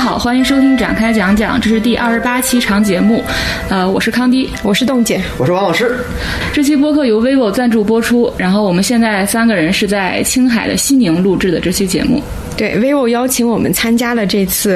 好，欢迎收听展开讲讲，这是第28期长节目。我是康迪， 我是栋姐， 我是王老师。 这期播客由 vivo 赞助播出，然后我们现在3个人是在青海的西宁录制的这期节目。 对 vivo 邀请我们参加了这次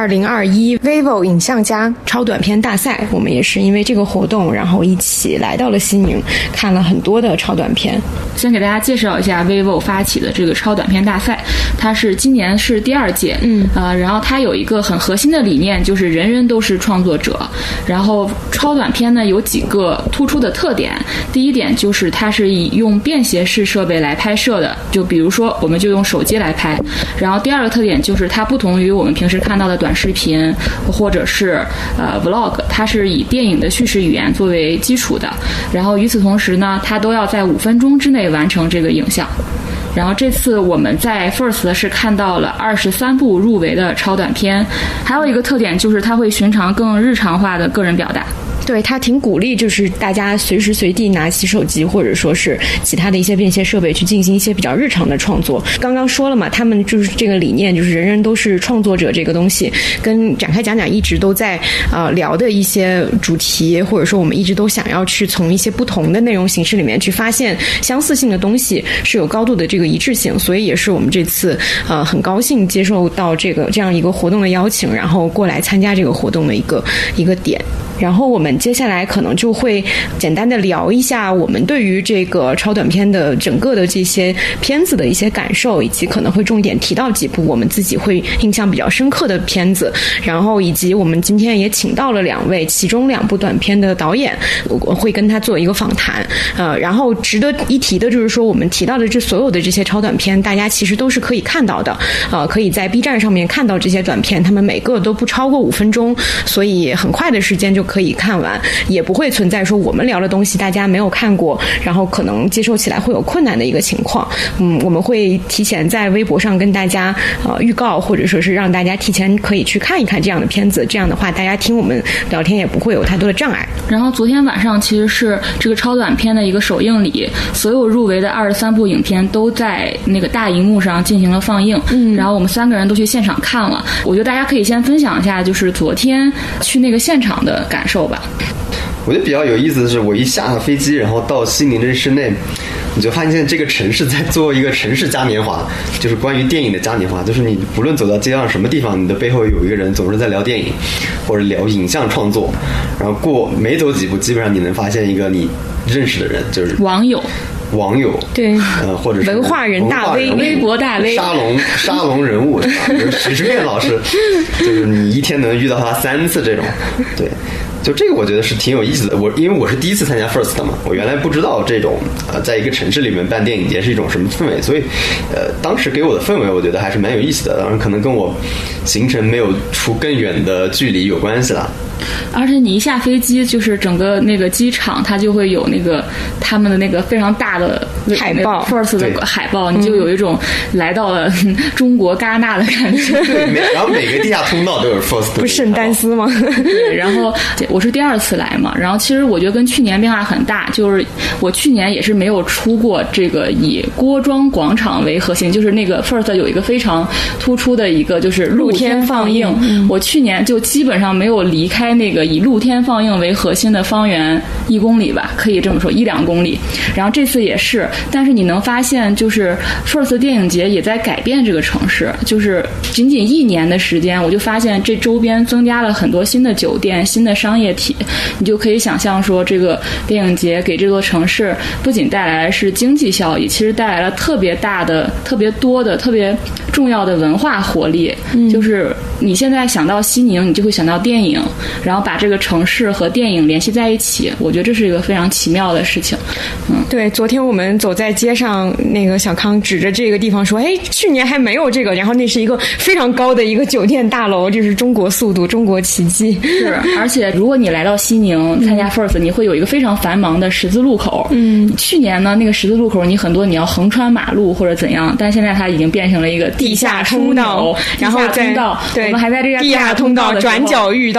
2021 vivo 影像家超短片大赛，我们也是因为这个活动然后一起来到了西宁，看了很多的超短片。 先给大家介绍一下 vivo 发起的这个超短片大赛，它是今年是第2届，然后它有一个很核心的理念，就是人人都是创作者。然后超短片呢有几个突出的特点，第一点就是它是以用便携式设备来拍摄的，就比如说我们就用手机来拍。然后第二个特点就是它不同于我们平时看到的短视频或者是vlog， 它是以电影的叙事语言作为基础的。然后与此同时呢，它都要在5分钟之内完成这个影像。然后这次我们在 First 是看到了23部入围的超短片，还有一个特点就是它会寻常更日常化的个人表达。 对，他挺鼓励就是大家随时随地拿起手机或者说是其他的一些便携设备去进行一些比较日常的创作。刚刚说了嘛，他们就是这个理念，就是人人都是创作者这个东西，跟展开讲讲一直都在聊的一些主题，或者说我们一直都想要去从一些不同的内容形式里面去发现相似性的东西，是有高度的这个一致性。所以也是我们这次很高兴接受到这样一个活动的邀请，然后过来参加这个活动的一个点。然后我们接下来可能就会简单的聊一下我们对于这个超短片的整个的这些片子的一些感受，以及可能会重点提到几部我们自己会印象比较深刻的片子，然后以及我们今天也请到了2位其中2部短片的导演，我会跟他做一个访谈。然后值得一提的就是说，我们提到的所有的这些超短片，大家其实都是可以看到的，可以在 B 站上面看到这些短片，他们每个都不超过5分钟，所以很快的时间就可以看完，也不会存在说我们聊的东西大家没有看过，然后可能接受起来会有困难的一个情况。我们会提前在微博上跟大家预告，或者说是让大家提前可以去看一看这样的片子，这样的话大家听我们聊天也不会有太多的障碍。 然后昨天晚上其实是这个超短片的一个首映礼，所有入围的23部影片都在那个大荧幕上进行了放映，然后我们3个人都去现场看了。我觉得大家可以先分享一下就是昨天去那个现场的感受吧。 我觉得比较有意思的是，我一下了飞机，然后到西宁这市内，你就发现这个城市在做一个城市嘉年华，就是关于电影的嘉年华。就是你不论走到街上什么地方，你的背后有一个人总是在聊电影或者聊影像创作，然后没走几步，基本上你能发现一个你认识的人，就是网友，对，或者是文化人大 V， 微博大 V， 沙龙人物，许知远老师，就是你一天能遇到他3次这种，对。就这个我觉得是挺有意思的，因为我是第一次参加 First 的嘛，我原来不知道这种在一个城市里面办电影节是一种什么氛围，所以当时给我的氛围我觉得还是蛮有意思的，当然可能跟我行程没有出更远的距离有关系了。 而且你一下飞机，就是整个那个机场它就会有那个他们的那个非常大的海报 First 的海报，你就有一种来到了中国戛纳的感觉。 然后每个地下通道都有 First 的， 不是圣丹斯吗？ 对，然后我是第2次来嘛，然后其实我觉得跟去年变化很大，就是我去年也是没有出过这个以郭庄广场为核心，就是那个 First 有一个非常突出的一个就是露天放映，我去年就基本上没有离开那个以露天放映为核心的方圆1公里吧，可以这么说1-2公里。然后这次也是，但是你能发现就是 First 电影节也在改变这个城市，就是仅1年的时间，我就发现这周边增加了很多新的酒店、新的商业体，你就可以想象说这个电影节给这座城市不仅带来是经济效益，其实带来了特别大的、特别多的、特别重要的文化活力。就是你现在想到西宁，你就会想到电影，然后把这个城市和电影联系在一起，我觉得这是一个非常奇妙的事情。 对，昨天我们走在街上，那个小康指着这个地方说：“哎，去年还没有这个。”然后那是一个非常高的一个酒店大楼，这是中国速度、中国奇迹。 是，而且如果你来到西宁参加 First，你会有一个非常繁忙的十字路口。去年呢，那个十字路口你要横穿马路或者怎样，但现在它已经变成了一个地下通道， 然后我们还在这个地下通道转角遇到许知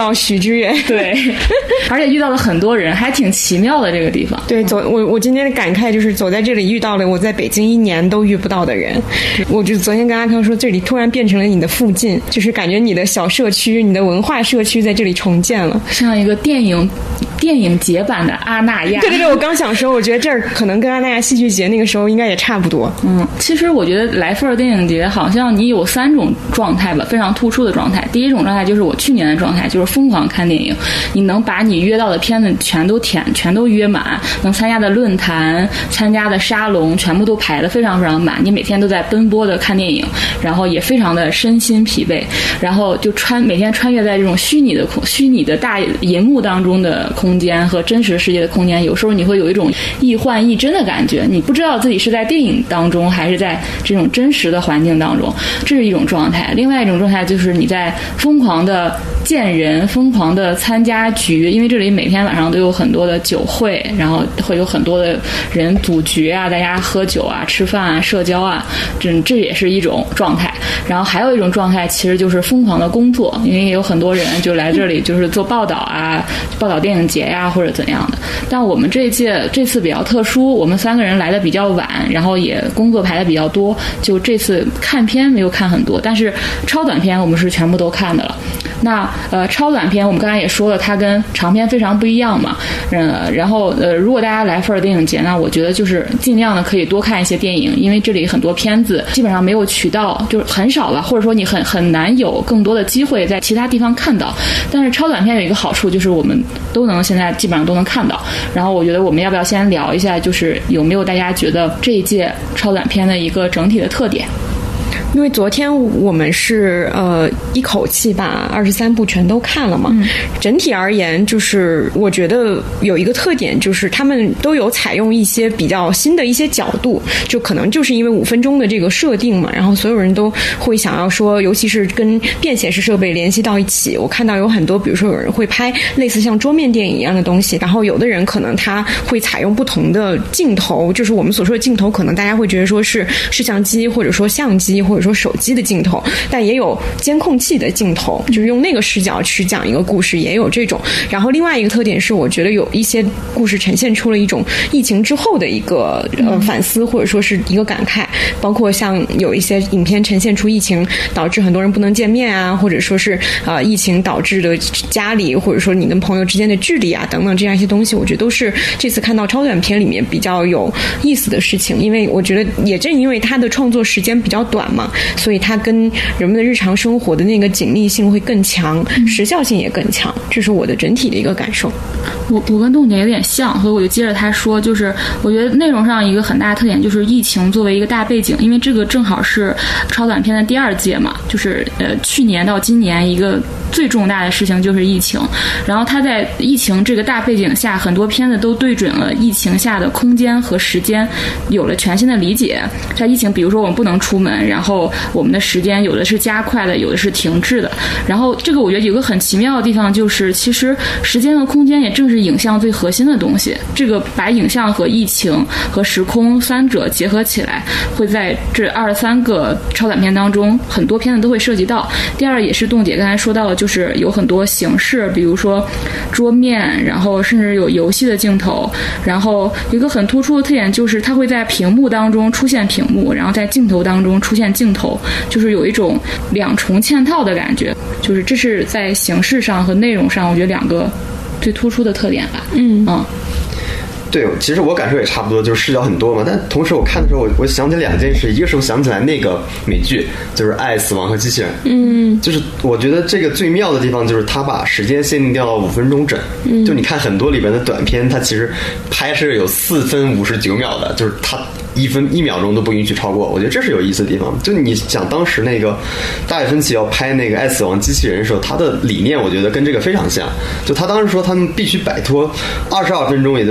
之月。 对，而且遇到了很多人，还挺奇妙的这个地方。 对，我今天的感慨就是走在这里遇到了我在北京1年都遇不到的人。我就昨天跟阿康说，这里突然变成了你的附近，就是感觉你的小社区、你的文化社区在这里重建了， 像一个电影节版的阿那亚。 对，我刚想说，我觉得这儿可能跟阿那亚戏剧节那个时候应该也差不多。 其实我觉得来份电影节好像你有3种状态吧，非常突出的状态。第一种状态就是我去年的状态，就是疯狂看电影，你能把你约到的片子全都约满，能参加的论坛、参加的沙龙全部都排得非常非常满，你每天都在奔波的看电影，然后也非常的身心疲惫，然后就每天穿越在这种虚拟的大银幕当中的空间和真实世界的空间，有时候你会有一种亦幻亦真的感觉，你不知道自己是在电影当中还是在这种真实的环境当中，这是一种状态。另外一种状态就是你在疯狂的见人，疯狂的参加局，因为这里每天晚上都有很多的酒会，然后会有很多的人组局啊，大家喝酒啊、吃饭啊、社交啊，这也是一种状态。然后还有一种状态其实就是疯狂的工作，因为有很多人就来这里就是做报道啊，报道电影节呀或者怎样的。但我们这次比较特殊，我们3个人来的比较晚，然后也工作排的比较多，就这次看片没有看很多，但是超短片我们是全部都看的了。那超短片我们刚才也说了，它跟长片非常不一样嘛。然后如果大家来份电影节呢，我觉得就是尽量的可以多看一些电影，因为这里很多片子基本上没有渠道，就是很少了，或者说你很难有更多的机会在其他地方看到。但是超短片有一个好处，就是我们都能现在基本上都能看到。然后我觉得我们要不要先聊一下，就是有没有大家觉得这一届超短片的一个整体的特点？ 因为昨天我们是一口气把23部全都看了嘛，整体而言就是我觉得有一个特点，就是他们都有采用一些比较新的一些角度，就可能就是因为5分钟的这个设定嘛，然后所有人都会想要说，尤其是跟便携式设备联系到一起。我看到有很多比如说有人会拍类似像桌面电影一样的东西，然后有的人可能他会采用不同的镜头，就是我们所说的镜头可能大家会觉得说是摄像机或者说相机或者说手机的镜头，但也有监控器的镜头，就是用那个视角去讲一个故事，也有这种。然后另外一个特点是，我觉得有一些故事呈现出了一种疫情之后的一个反思，或者说是一个感慨，包括像有一些影片呈现出疫情导致很多人不能见面啊，或者说是疫情导致的家里或者说你跟朋友之间的距离啊等等这样一些东西，我觉得都是这次看到超短片里面比较有意思的事情。因为我觉得也正因为它的创作时间比较短嘛，所以它跟人们的日常生活的那个紧密性会更强，时效性也更强，这是我的整体的一个感受。 我跟洞姐有点像，所以我就接着他说，就是我觉得内容上一个很大的特点就是疫情作为一个大背景，因为这个正好是超短片的第2届嘛，就是去年到今年一个最重大的事情就是疫情，然后它在疫情这个大背景下，很多片子都对准了疫情下的空间和时间有了全新的理解。在疫情比如说我们不能出门，然后我们的时间有的是加快的，有的是停滞的，然后这个我觉得有个很奇妙的地方，就是其实时间和空间也正是影像最核心的东西，这个把影像和疫情和时空3者结合起来，会在这23个超短片当中很多片子都会涉及到。第二也是洞姐刚才说到的，就是有很多形式，比如说桌面，然后甚至有游戏的镜头，然后一个很突出的特点就是它会在屏幕当中出现屏幕，然后在镜头当中出现镜头，就是有一种2重嵌套的感觉，就是这是在形式上和内容上我觉得2个最突出的特点吧。 对，其实我感受也差不多，就是视角很多嘛。但同时我看的时候，我想起2件事，一个是我想起来那个美剧，就是《爱、死亡和机器人》。就是我觉得这个最妙的地方就是他把时间限定掉到5分钟整。就你看很多里边的短片，它其实拍摄有4分59秒的，就是它1秒钟都不允许超过。我觉得这是有意思的地方。就你想当时那个大卫芬奇要拍那个《爱、死亡机器人》的时候，他的理念我觉得跟这个非常像。就他当时说他们必须摆脱22分钟，也就是那个半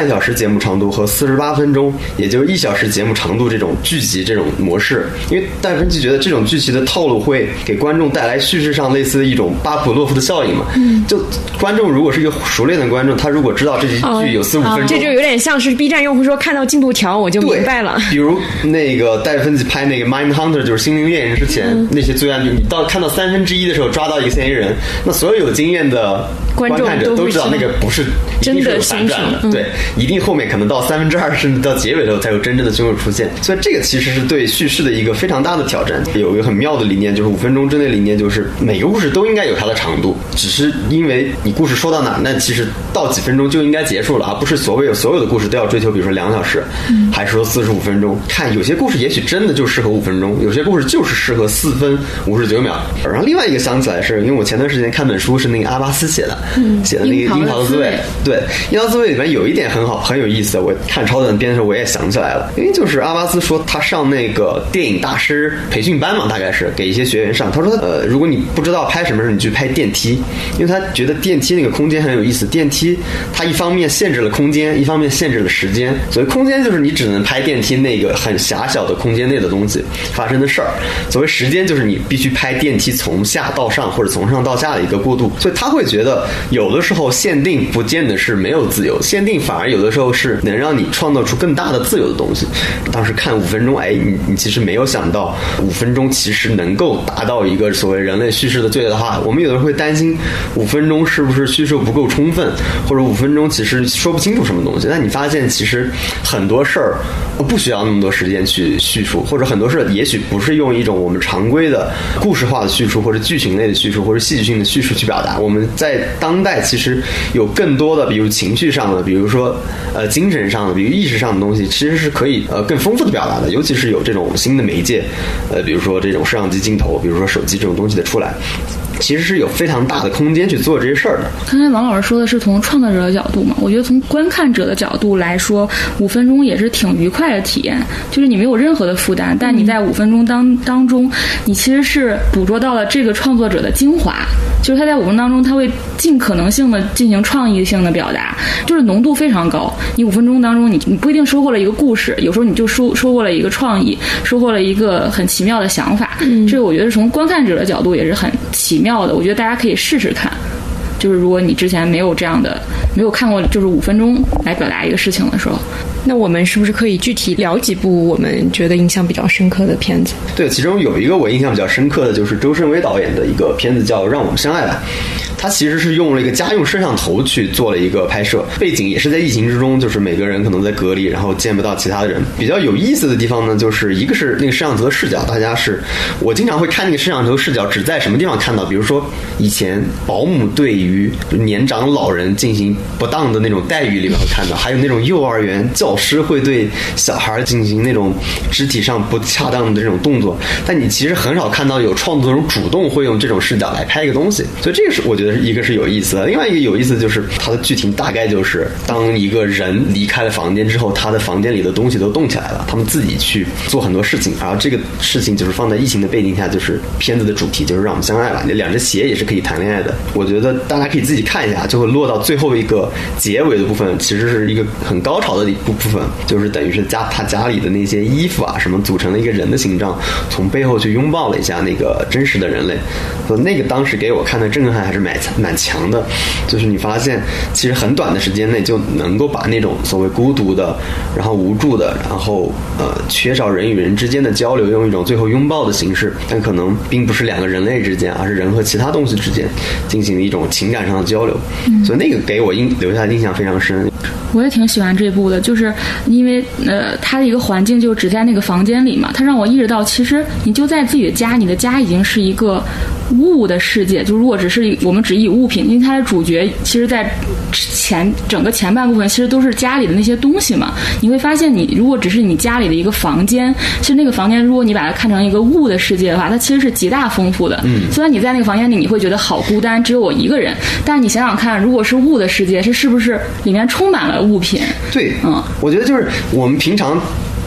小时节目长度和48分钟，也就是1小时节目长度这种剧集这种模式。因为戴芬奇觉得这种剧集的套路会给观众带来叙事上类似的一种巴甫洛夫的效应嘛。就观众如果是一个熟练的观众，他如果知道这集剧有4-5分钟， 这就有点像是 B 站用户说看到进度条我就明白了。 比如那个戴芬奇拍那个 Mindhunter 就是心灵猎人之前，那些罪案剧，你看到1/3的时候抓到一个嫌疑人，那所有有经验的观看者都知道那个不是一定是有反转的，对，一定后面可能到2/3甚至到结尾的时候才有真正的凶手出现。所以这个其实是对叙事的一个非常大的挑战。有一个很妙的理念，就是5分钟之内理念，就是每个故事都应该有它的长度，只是因为你故事说到哪，那其实到几分钟就应该结束了，而不是所有的故事都要追求比如说2小时，还是说45分钟。看有些故事也许真的就适合5分钟，有些故事就是适合4分59秒。然后另外一个想起来是因为我前段时间看本书是那个阿巴斯写的那个樱桃的滋味。对，樱桃滋味里面有一点很有意思，我看超短片的时候我也想起来了，因为就是阿巴斯说他上那个电影大师培训班嘛，大概是给一些学员上。他说如果你不知道拍什么时候，你去拍电梯，因为他觉得电梯那个空间很有意思。电梯它一方面限制了空间，一方面限制了时间。所谓空间就是你只能拍电梯那个很狭小的空间内的东西发生的事儿，所谓时间就是你必须拍电梯从下到上或者从上到下的一个过渡。所以他会觉得有的时候限定不见得是没有自由，限定反而有的时候是能让你创造出更大的自由的东西。当时看5分钟，你其实没有想到5分钟其实能够达到一个所谓人类叙事的最大化。我们有的人会担心5分钟是不是叙述不够充分，或者5分钟其实说不清楚什么东西。但你发现其实很多事儿不需要那么多时间去叙述，或者很多事也许不是用一种我们常规的故事化的叙述，或者剧情类的叙述，或者戏剧性的叙述去表达。我们在当代其实有更多的比如情绪上的，比如说精神上的，比如意识上的东西，其实是可以更丰富的表达的。尤其是有这种新的媒介，比如说这种摄像机镜头，比如说手机这种东西的出来，其实是有非常大的空间去做这些事儿的。 刚才王老师说的是从创作者的角度嘛，我觉得从观看者的角度来说，5分钟也是挺愉快的体验，就是你没有任何的负担，但你在5分钟当中，你其实是捕捉到了这个创作者的精华，就是他在5分钟当中，他会尽可能性的进行创意性的表达，就是浓度非常高。你5分钟当中，你不一定收获了一个故事，有时候你就收获了一个创意，收获了一个很奇妙的想法。这个我觉得从观看者的角度也是很奇妙的，我觉得大家可以试试看。就是如果你之前没有看过就是5分钟来表达一个事情的时候， 那我们是不是可以具体聊几部我们觉得印象比较深刻的片子？ 对，其中有一个我印象比较深刻的就是周深威导演的一个片子叫《让我们相爱吧》。他其实是用了一个家用摄像头去做了一个拍摄，背景也是在疫情之中，就是每个人可能在隔离，然后见不到其他的人。比较有意思的地方呢，就是一个是那个摄像头的视角，我经常会看那个摄像头视角只在什么地方看到，比如说以前保姆对于年长老人进行不当的那种待遇里面会看到，还有那种幼儿园教师会对小孩进行那种肢体上不恰当的这种动作，但你其实很少看到有创作者主动会用这种视角来拍一个东西。所以这个是我觉得一个是有意思的，另外一个有意思的就是它的剧情大概就是当一个人离开了房间之后，他的房间里的东西都动起来了，他们自己去做很多事情，然后这个事情就是放在疫情的背景下，就是片子的主题就是让我们相爱吧，那两只鞋也是可以谈恋爱的。我觉得大家可以自己看一下，就会落到最后一个结尾的部分，其实是一个很高潮的一部分，就是等于是他家里的那些衣服啊什么组成了一个人的形状，从背后去拥抱了一下那个真实的人类。那个当时给我看的震撼还是蛮强的，就是你发现其实很短的时间内就能够把那种所谓孤独的，然后无助的，然后缺少人与人之间的交流，用一种最后拥抱的形式，但可能并不是两个人类之间，而是人和其他东西之间进行一种情感上的交流。所以那个给我留下的印象非常深。 我也挺喜欢这部的，就是因为它的一个环境就只在那个房间里嘛，它让我意识到其实你就在自己的家，你的家已经是一个物的世界。就如果我们只以物品，因为它的主角其实在整个前半部分其实都是家里的那些东西嘛，你会发现你如果只是你家里的一个房间，其实那个房间如果你把它看成一个物的世界的话，它其实是极大丰富的。虽然你在那个房间里你会觉得好孤单，只有我一个人，但是你想想看，如果是物的世界，是不是里面充满了物品？ 对，我觉得就是我们平常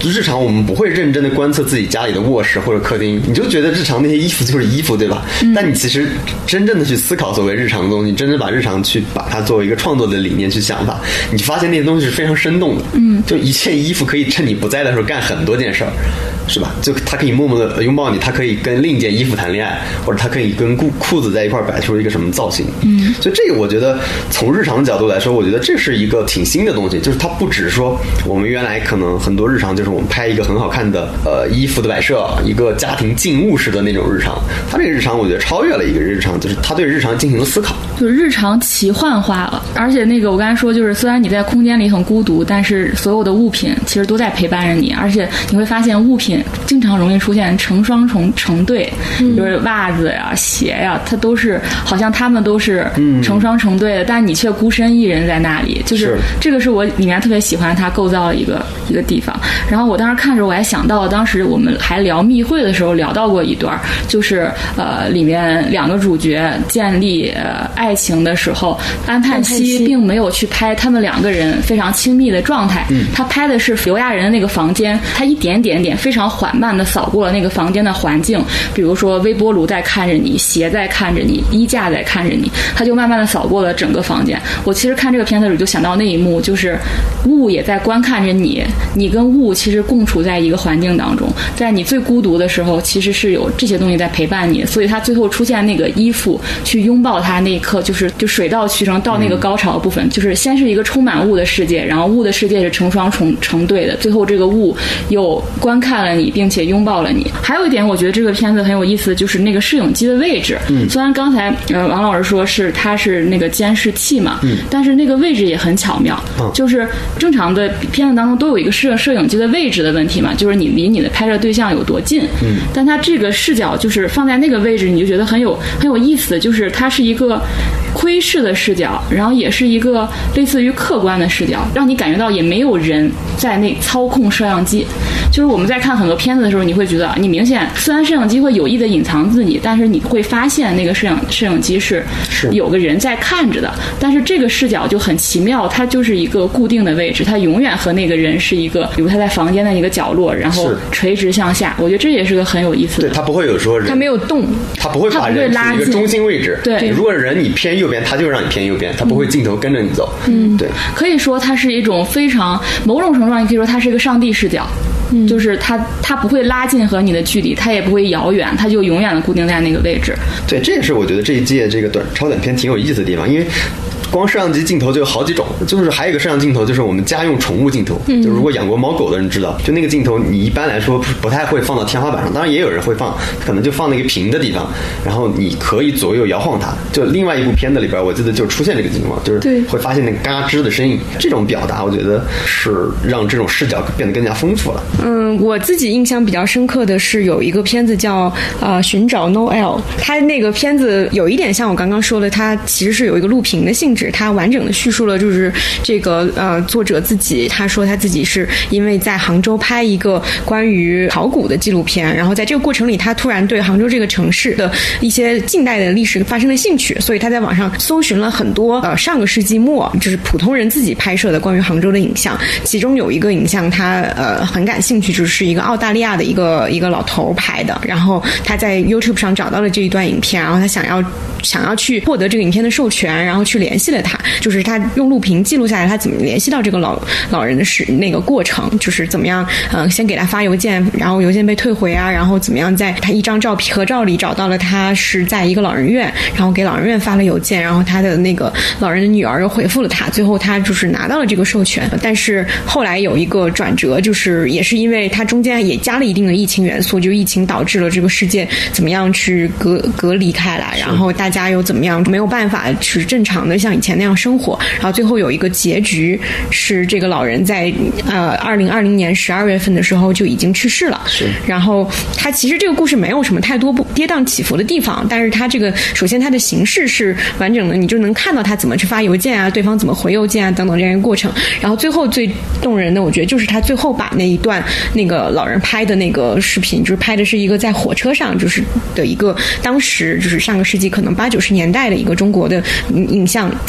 日常我们不会认真的观测自己家里的卧室或者客厅，你就觉得日常那些衣服就是衣服，对吧？但你其实真正的去思考所谓日常的东西，真正把日常去把它作为一个创作的理念去想法，你发现那些东西是非常生动的。就一件衣服可以趁你不在的时候干很多件事儿，是吧？就它可以默默的拥抱你，它可以跟另一件衣服谈恋爱，或者它可以跟裤子在一块摆出一个什么造型。所以这个我觉得从日常的角度来说，我觉得这是一个挺新的东西，就是它不只是说我们原来可能很多日常就是我们拍一个很好看的衣服的摆设，一个家庭静物式的那种日常，它这个日常我觉得超越了一个日常，就是它对日常进行了思考， 就是日常奇幻化了。而且那个我刚才说，就是虽然你在空间里很孤独，但是所有的物品其实都在陪伴着你，而且你会发现物品经常容易出现成双成对，就是袜子呀、鞋呀，它都是好像他们都是成双成对的，但你却孤身一人在那里，就是这个是我里面特别喜欢它构造的一个地方。然后我当时看着我还想到当时我们还聊密会的时候聊到过一段，就是里面两个主角建立爱情的时候，安盼希并没有去拍他们两个人非常亲密的状态，他拍的是刘亚仁的那个房间，他一点非常缓慢的扫过了那个房间的环境，比如说微波炉在看着你，鞋在看着你，衣架在看着你，他就慢慢的扫过了整个房间。我其实看这个片子里就想到那一幕，就是雾也在观看着你，你跟雾其实共处在一个环境当中，在你最孤独的时候其实是有这些东西在陪伴你，所以他最后出现那个衣服去拥抱他那一刻，就水到渠成到那个高潮的部分，就是先是一个充满雾的世界，然后雾的世界是成双成对的，最后这个雾又观看了你并且拥抱了你。还有一点我觉得这个片子很有意思，就是那个摄影机的位置，虽然刚才王老师说是它是那个监视器嘛，但是那个位置也很巧妙，就是正常的片子当中都有一个摄影机的位置的问题嘛，就是你离你的拍摄对象有多近，但它这个视角就是放在那个位置，你就觉得很有意思，就是它是一个窥视的视角，然后也是一个类似于客观的视角，让你感觉到也没有人在那操控摄像机。就是我们在看很多片子的时候，你会觉得你明显虽然摄影机会有意的隐藏自己，但是你会发现那个摄影机是有个人在看着的，但是这个视角就很奇妙，它就是一个固定的位置，它永远和那个人是一个，比如他在房间的一个角落，然后垂直向下，我觉得这也是个很有意思的。 对，它不会有说人， 它没有动， 它不会把人处于一个中心位置。 对， 如果人你偏右边，它就让你偏右边，它不会镜头跟着你走。对， 可以说它是一种非常某种程度上，你可以说它是一个上帝视角。就是它不会拉近和你的距离，它也不会遥远，它就永远的固定在那个位置。对， 这也是我觉得这一届这个超短片挺有意思的地方，因为光摄像机镜头就有好几种，就是还有一个摄像镜头，就是我们家用宠物镜头。就如果养过猫狗的人知道，就那个镜头你一般来说不太会放到天花板上，当然也有人会放，可能就放那个平的地方，然后你可以左右摇晃它。就另外一部片子里边，我记得就出现这个情况，就是会发现那个嘎吱的声音。这种表达，我觉得是让这种视角变得更加丰富了。 我自己印象比较深刻的是有一个片子叫寻找 Noel， 它那个片子有一点像我刚刚说的，它其实是有一个录屏的性质，它完整的叙述了就是这个作者自己，他说他自己是因为在杭州拍一个关于考古的纪录片，然后在这个过程里他突然对杭州这个城市的一些近代的历史发生了兴趣，所以他在网上搜寻了很多上个世纪末就是普通人自己拍摄的关于杭州的影像，其中有一个影像他很感兴趣，就是一个澳大利亚的一个老头拍的，然后他在 YouTube 上找到了这一段影片，然后他想要去获得这个影片的授权，然后去联系了他，就是他用录屏记录下来他怎么联系到这个老人的那个过程，就是怎么样先给他发邮件，然后邮件被退回啊，然后怎么样在他一张合照里找到了他是在一个老人院，然后给老人院发了邮件，然后他的那个老人的女儿又回复了他，最后他就是拿到了这个授权。但是后来有一个转折，就是也是因为他中间也加了一定的疫情元素，就疫情导致了这个世界怎么样去隔离开来，然后大家又怎么样没有办法去正常的像以前那样生活，然后最后有一个结局是这个老人在2020年12月份的时候就已经去世了。 是， 然后他其实这个故事没有什么太多跌宕起伏的地方，但是他这个首先他的形式是完整的，你就能看到他怎么去发邮件啊，对方怎么回邮件啊等等这样一个过程。然后最后最动人的我觉得就是他最后把那一段那个老人拍的那个视频，就是拍的是一个在火车上就是的一个当时就是上个世纪可能80、90年代的一个中国的影像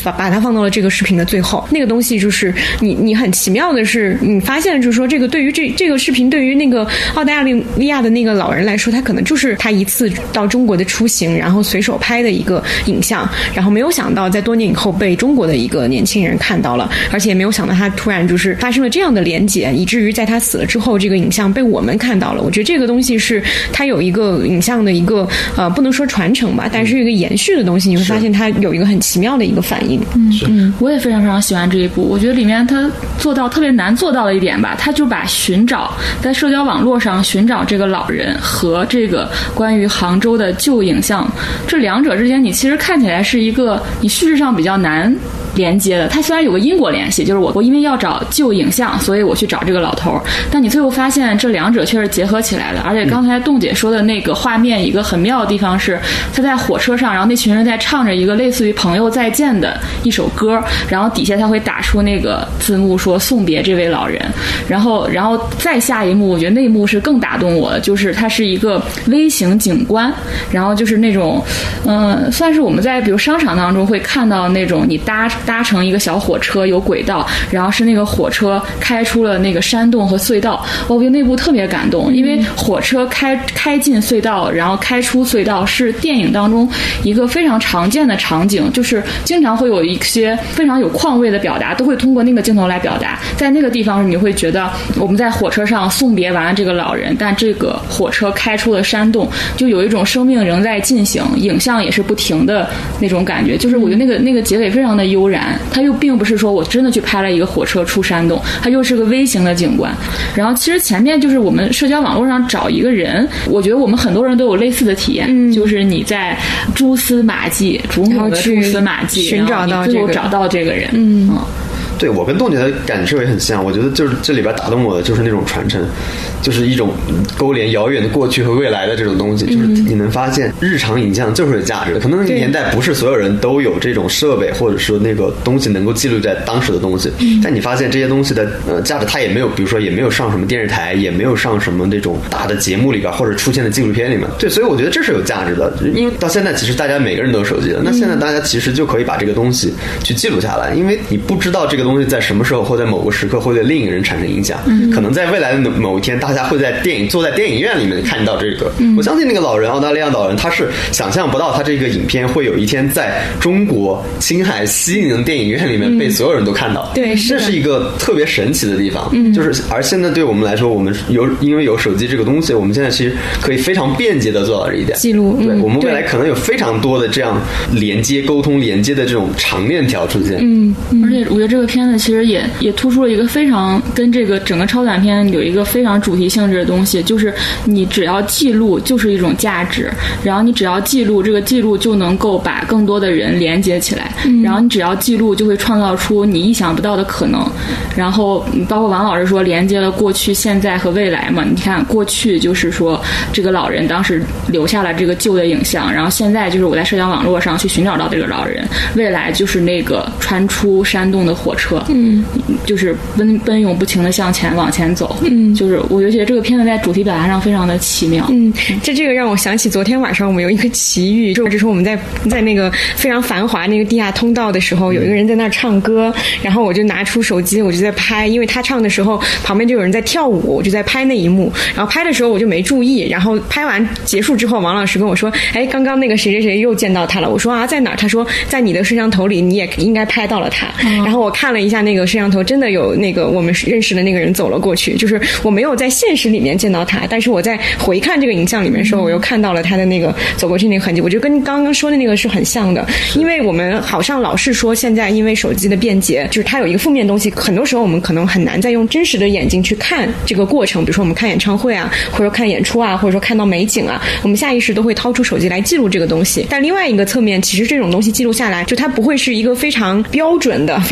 把它放到了这个视频的最后。那个东西就是你很奇妙的是，你发现就是说，这个对于这个视频对于那个澳大利亚的那个老人来说，他可能就是他一次到中国的出行，然后随手拍的一个影像，然后没有想到在多年以后被中国的一个年轻人看到了，而且也没有想到他突然就是发生了这样的连结，以至于在他死了之后，这个影像被我们看到了。我觉得这个东西是它有一个影像的一个不能说传承吧，但是一个延续的东西，你会发现它有一个很奇妙的一个反应。 我也非常非常喜欢这一部，我觉得里面他做到特别难做到的一点吧，他就把寻找在社交网络上寻找这个老人和这个关于杭州的旧影像，这两者之间你其实看起来是一个你叙事上比较难连接的。它虽然有个因果联系，就是我因为要找旧影像，所以我去找这个老头，但你最后发现这两者却是结合起来的。而且刚才洞姐说的那个画面，一个很妙的地方是，他在火车上，然后那群人在唱着一个类似于《朋友再见》的一首歌，然后底下他会打出那个字幕说送别这位老人，然后再下一幕，我觉得那一幕是更打动我的，就是它是一个微型景观，然后就是那种算是我们在比如商场当中会看到那种你搭乘一个小火车有轨道，然后是那个火车开出了那个山洞和隧道，我觉得那部特别感动，因为火车开进隧道，然后开出隧道是电影当中一个非常常见的场景，就是经常会有一些非常有况味的表达都会通过那个镜头来表达。在那个地方你会觉得我们在火车上送别完了这个老人，但这个火车开出了山洞，就有一种生命仍在进行，影像也是不停的那种感觉，就是我觉得那个结尾非常的悠然，它又并不是说我真的去拍了一个火车出山洞，它又是个微型的景观。然后其实前面就是我们社交网络上找一个人，我觉得我们很多人都有类似的体验，就是你在蛛丝马迹逐某的蛛丝马迹寻找到最后找到这个人。 对，我跟洞姐的感受也很像，我觉得就是这里边打动我的就是那种传承，就是一种勾连遥远的过去和未来的这种东西，就是你能发现日常影像就是有价值的，可能那个年代不是所有人都有这种设备或者说那个东西能够记录在当时的东西，但你发现这些东西的价值，它也没有，比如说也没有上什么电视台，也没有上什么这种大的节目里边或者出现的纪录片里面。对，所以我觉得这是有价值的，因为到现在其实大家每个人都有手机了，那现在大家其实就可以把这个东西去记录下来，因为你不知道这个东西在什么时候或在某个时刻会对另一个人产生影响，可能在未来的某一天大家会在坐在电影院里面看到这个，我相信那个老人，澳大利亚老人，他是想象不到他这个影片会有一天在中国青海西宁电影院里面被所有人都看到， 对， 这是一个特别神奇的地方，就是而现在对我们来说，我们因为有手机这个东西，我们现在其实可以非常便捷的做到这一点， 记录， 对，我们未来可能有非常多的这样连接、沟通、连接的这种长链条出现， 而且我觉得这个片子其实也突出了一个非常跟这个整个超短片有一个非常主题性质的东西，就是你只要记录就是一种价值，然后你只要记录，这个记录就能够把更多的人连接起来，然后你只要记录就会创造出你意想不到的可能，然后包括王老师说连接了过去、现在和未来嘛，你看过去就是说这个老人当时留下了这个旧的影像，然后现在就是我在社交网络上去寻找到这个老人，未来就是那个穿出山洞的火车，就是奔涌不停的往前走，就是我觉得这个片子在主题表达上非常的奇妙。 这个让我想起昨天晚上我们有一个奇遇，就是我们在那个非常繁华那个地下通道的时候，有一个人在那儿唱歌，然后我就拿出手机，我就在拍，因为他唱的时候旁边就有人在跳舞，我就在拍那一幕，然后拍的时候我就没注意，然后拍完结束之后，王老师跟我说，刚刚那个谁谁谁又见到他了，我说在哪儿？他说在你的摄像头里，你也应该拍到了他。然后我看了一下那个摄像头，真的有那个我们认识的那个人走了过去，就是我没有在现实里面见到他，但是我在回看这个影像里面的时候，我又看到了他的那个走过去那个痕迹，我觉得跟刚刚说的那个是很像的，因为我们好像老是说现在因为手机的便捷，就是它有一个负面东西，很多时候我们可能很难再用真实的眼睛去看这个过程，比如说我们看演唱会啊，或者说看演出啊，或者说看到美景啊，我们下意识都会掏出手机来记录这个东西，但另外一个侧面，其实这种东西记录下来，就它不会是一个非常标准的、非常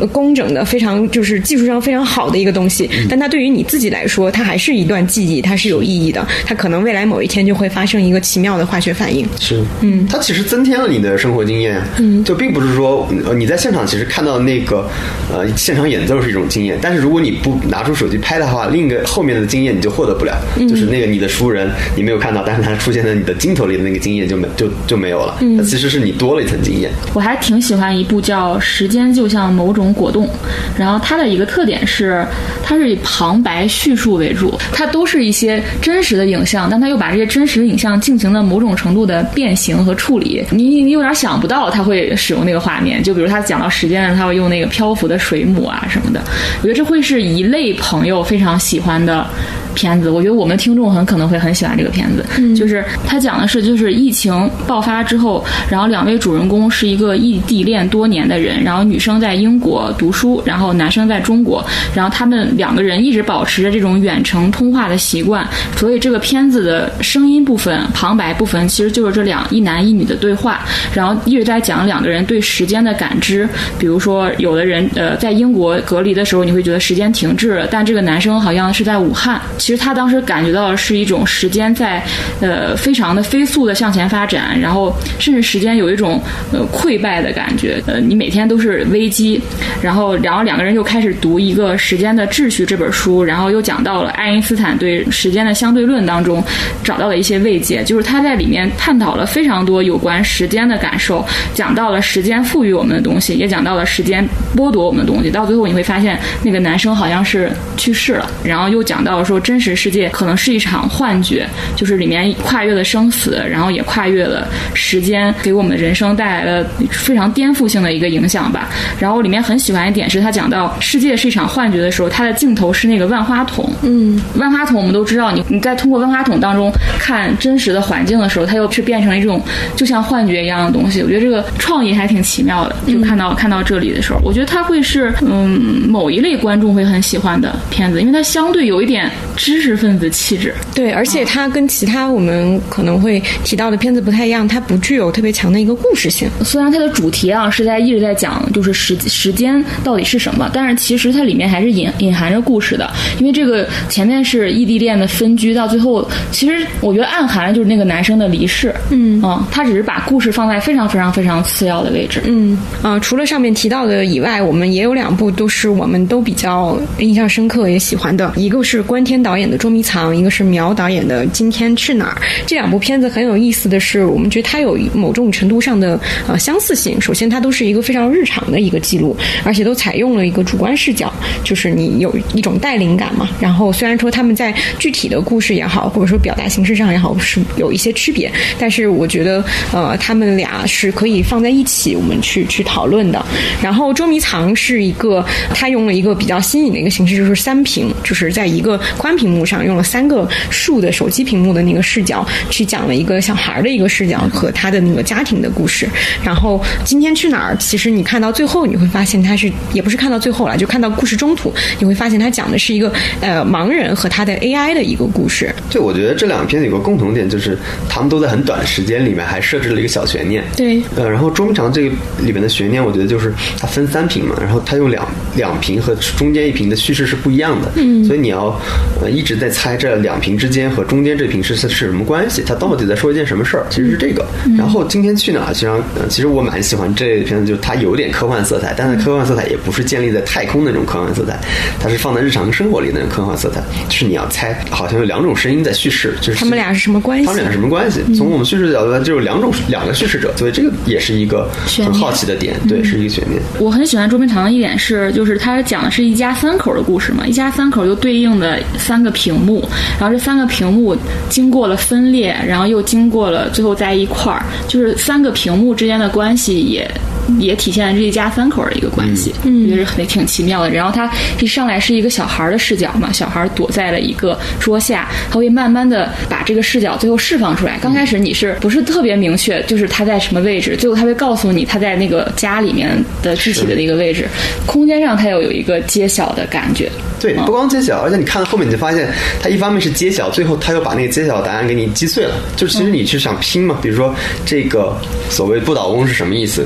工整的、非常就是技术上非常好的一个东西，但它对于你自己来说，它还是一段记忆，它是有意义的，它可能未来某一天就会发生一个奇妙的化学反应。 是，它其实增添了你的生活经验，就并不是说你在现场其实看到那个现场演奏是一种经验，但是如果你不拿出手机拍的话，另一个后面的经验你就获得不了，就是那个你的熟人你没有看到，但是它出现在你的镜头里的那个经验就没有了，它其实是你多了一层经验。 我还挺喜欢一部叫《时间就像某种果冻》，然后它的一个特点是它是以旁白叙述为主，它都是一些真实的影像，但它又把这些真实的影像进行了某种程度的变形和处理，你有点想不到它会使用那个画面，就比如他讲到时间他会用那个漂浮的水母啊什么的，我觉得这会是一类朋友非常喜欢的片子。我觉得我们听众很可能会很喜欢这个片子，就是他讲的是就是疫情爆发之后，然后两位主人公是一个异地恋多年的人，然后女生在英国读书，然后男生在中国，然后他们两个人一直保持着这种远程通话的习惯，所以这个片子的声音部分旁白部分其实就是这一男一女的对话，然后一直在讲两个人对时间的感知。比如说有的人在英国隔离的时候你会觉得时间停滞了，但这个男生好像是在武汉，其实他当时感觉到的是一种时间在非常的飞速的向前发展，然后甚至时间有一种溃败的感觉，你每天都是危机。然后两个人又开始读一个《时间的秩序》这本书，然后又讲到了爱因斯坦对时间的相对论当中找到了一些慰藉，就是他在里面探讨了非常多有关时间的感受，讲到了时间赋予我们的东西，也讲到了时间剥夺我们的东西，到最后你会发现那个男生好像是去世了，然后又讲到了说真实世界可能是一场幻觉，就是里面跨越了生死，然后也跨越了时间，给我们的人生带来了非常颠覆性的一个影响吧。然后里面很喜欢一点是他讲到世界是一场幻觉的时候，他的镜头是那个万花筒，万花筒我们都知道，你在通过万花筒当中看真实的环境的时候，它又是变成一种就像幻觉一样的东西。我觉得这个创意还挺奇妙的，就看到这里的时候，我觉得它会是某一类观众会很喜欢的片子，因为它相对有一点知识分子气质。 对，而且它跟其他我们可能会提到的片子不太一样，它不具有特别强的一个故事性。 虽然它的主题啊是一直在讲就是时间到底是什么，但是其实它里面还是隐含着故事的。因为这个前面是异地恋的分居，到最后其实我觉得暗含了就是那个男生的离世。他只是把故事放在非常非常非常次要的位置。 除了上面提到的以外，我们也有两部都是我们都比较印象深刻也喜欢的，一个是关天导演的《捉迷藏》，一个是苗导演的《今天去哪儿》。这两部片子很有意思的是，我们觉得它有某种程度上的相似性。首先它都是一个非常日常的一个记录，而且都采用了一个主观视角，就是你有一种带领感嘛。然后虽然说他们在具体的故事也好，或者说表达形式上也好是有一些区别，但是我觉得他们俩是可以放在一起我们去讨论的。然后捉迷藏是一个他用了一个比较新颖的一个形式，就是三屏，就是在一个宽屏幕上用了3个竖的手机屏幕的那个视角去讲了一个小孩的一个视角和他的那个家庭的故事。然后今天去哪儿，其实你看到最后你会发现他是也不是看到最后了，就看到故事中途你会发现他讲的是一个盲人和他的 AI 的一个故事。 对，我觉得这两个片子有个共同点，就是他们都在很短的时间里面还设置了一个小悬念。 对， 然后捉迷藏这个里面的悬念，我觉得就是它分3屏嘛，然后它用两屏和中间1屏的叙事是不一样的，所以你要一直在猜这2屏之间和中间这屏是什么关系，它到底在说一件什么事儿，其实是这个。然后今天去哪儿，其实我蛮喜欢这片子，就是它有点科幻色彩，但是科幻色彩也不是建立在太空那种科幻色彩，它是放在日常生活里的那种科幻色彩，就是你要猜，好像有2种声音在叙事，就是他们俩是什么关系？ 他们俩是什么关系？从我们叙事的角度来，就有2个叙事者，所以这个也是一个很好奇的点，对，是一个悬念。 我很喜欢捉迷藏的一点是，就是它讲的是一家3口的故事嘛，一家3口又对应的3个屏幕，然后这3个屏幕经过了分裂，然后又经过了最后在一块儿，就是3个屏幕之间的关系也体现了这一家3口的一个关系，我觉得也挺奇妙的。然后他一上来是一个小孩的视角嘛，小孩躲在了一个桌下，他会慢慢的把这个视角最后释放出来。刚开始你是不是特别明确，就是他在什么位置，最后他会告诉你他在那个家里面的具体的那个位置，空间上他又有一个揭晓的感觉。 对，不光揭晓，而且你看到后面你就发现，他一方面是揭晓，最后他又把那个揭晓答案给你击碎了。就其实你去想拼嘛，比如说这个所谓不倒翁是什么意思，他其实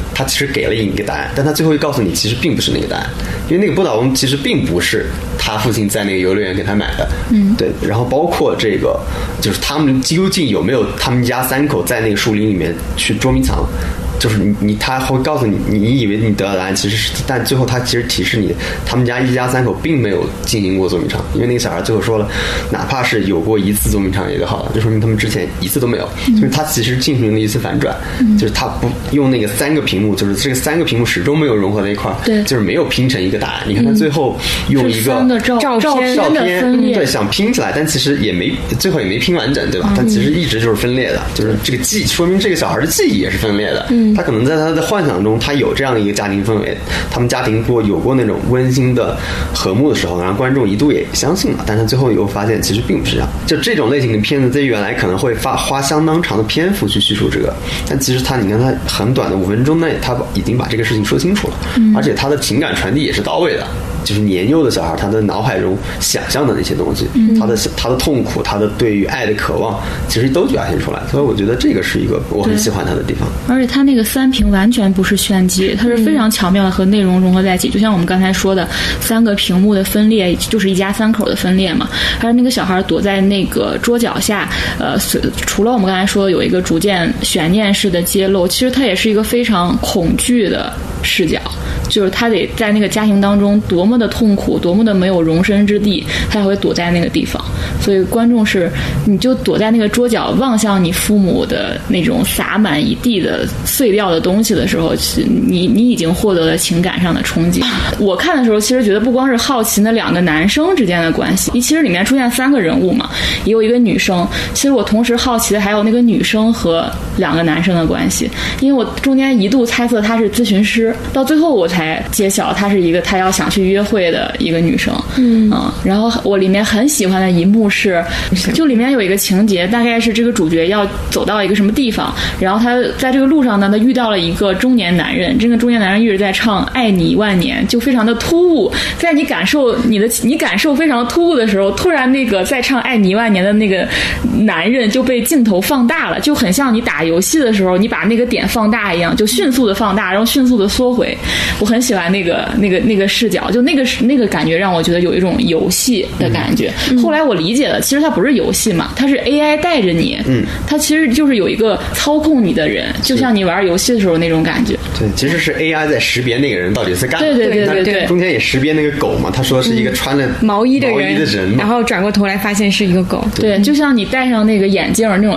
给了你一个答案，但他最后又告诉你其实并不是那个答案，因为那个波导翁其实并不是他父亲在那个游乐园给他买的，对。然后包括这个就是他们究竟有没有他们家3口在那个树林里面去捉迷藏。就是他会告诉你，你以为你得到答案其实是，但最后他其实提示你，他们家一家3口并没有进行过捉迷藏，因为那个小孩最后说了，哪怕是有过一次捉迷藏也就好了，就说明他们之前一次都没有，所以他其实进行了一次反转，就是他不用那个3个屏幕，就是这个3个屏幕始终没有融合在一块儿， 对， 就是没有拼成一个答案。你看他最后用一个 3个照片， 对，想拼起来，但其实最后也没拼完整，对吧？但其实一直就是分裂的，就是这个记忆，说明这个小孩的记忆也是分裂的。他可能在他的幻想中，他有这样一个家庭氛围，他们家庭有过那种温馨的和睦的时候，然后观众一度也相信了，但是最后又发现其实并不是这样。就这种类型的片子，在原来可能会花相当长的篇幅去叙述这个，但其实你看他很短的5分钟内，他已经把这个事情说清楚了，而且他的情感传递也是到位的。就是年幼的小孩，他的脑海中想象的那些东西，他的痛苦，他的对于爱的渴望，其实都表现出来。所以我觉得这个是一个我很喜欢他的地方。 而且他那个3屏完全不是炫技，它是非常巧妙的和内容融合在一起。就像我们刚才说的，3个屏幕的分裂就是一家3口的分裂嘛。还有那个小孩躲在那个桌角下，除了我们刚才说的有一个逐渐悬念式的揭露，其实它也是一个非常恐惧的视角。就是他得在那个家庭当中多么的痛苦，多么的没有容身之地，他才会躲在那个地方。所以观众是，你就躲在那个桌角，望向你父母的那种洒满一地的碎掉的东西的时候，你已经获得了情感上的冲击。我看的时候，其实觉得不光是好奇那2个男生之间的关系，其实里面出现3个人物嘛，也有一个女生。其实我同时好奇的还有那个女生和2个男生的关系，因为我中间一度猜测她是咨询师，到最后我才揭晓她是一个她要想去约会的一个女生。然后我里面很喜欢的一幕是，就里面有一个情节，大概是这个主角要走到一个什么地方，然后他在这个路上呢，他遇到了一个中年男人，这个中年男人一直在唱爱你10000年，就非常的突兀。在你感受非常突兀的时候，突然那个在唱爱你10000年的那个男人就被镜头放大了，就很像你打游戏的时候你把那个点放大一样，就迅速的放大，然后迅速的缩回。我很喜欢那个视角，就那个感觉让我觉得有一种游戏的感觉。后来我理解了，其实它不是游戏嘛，它是 AI 带着你，它其实就是有一个操控你的人，就像你玩游戏的时候那种感觉。 对，其实是 AI 在识别那个人到底是干嘛。 对， 中间也识别那个狗嘛，他说是一个穿了毛衣的人， 然后转过头来发现是一个狗。 对，就像你戴上那个眼镜，那种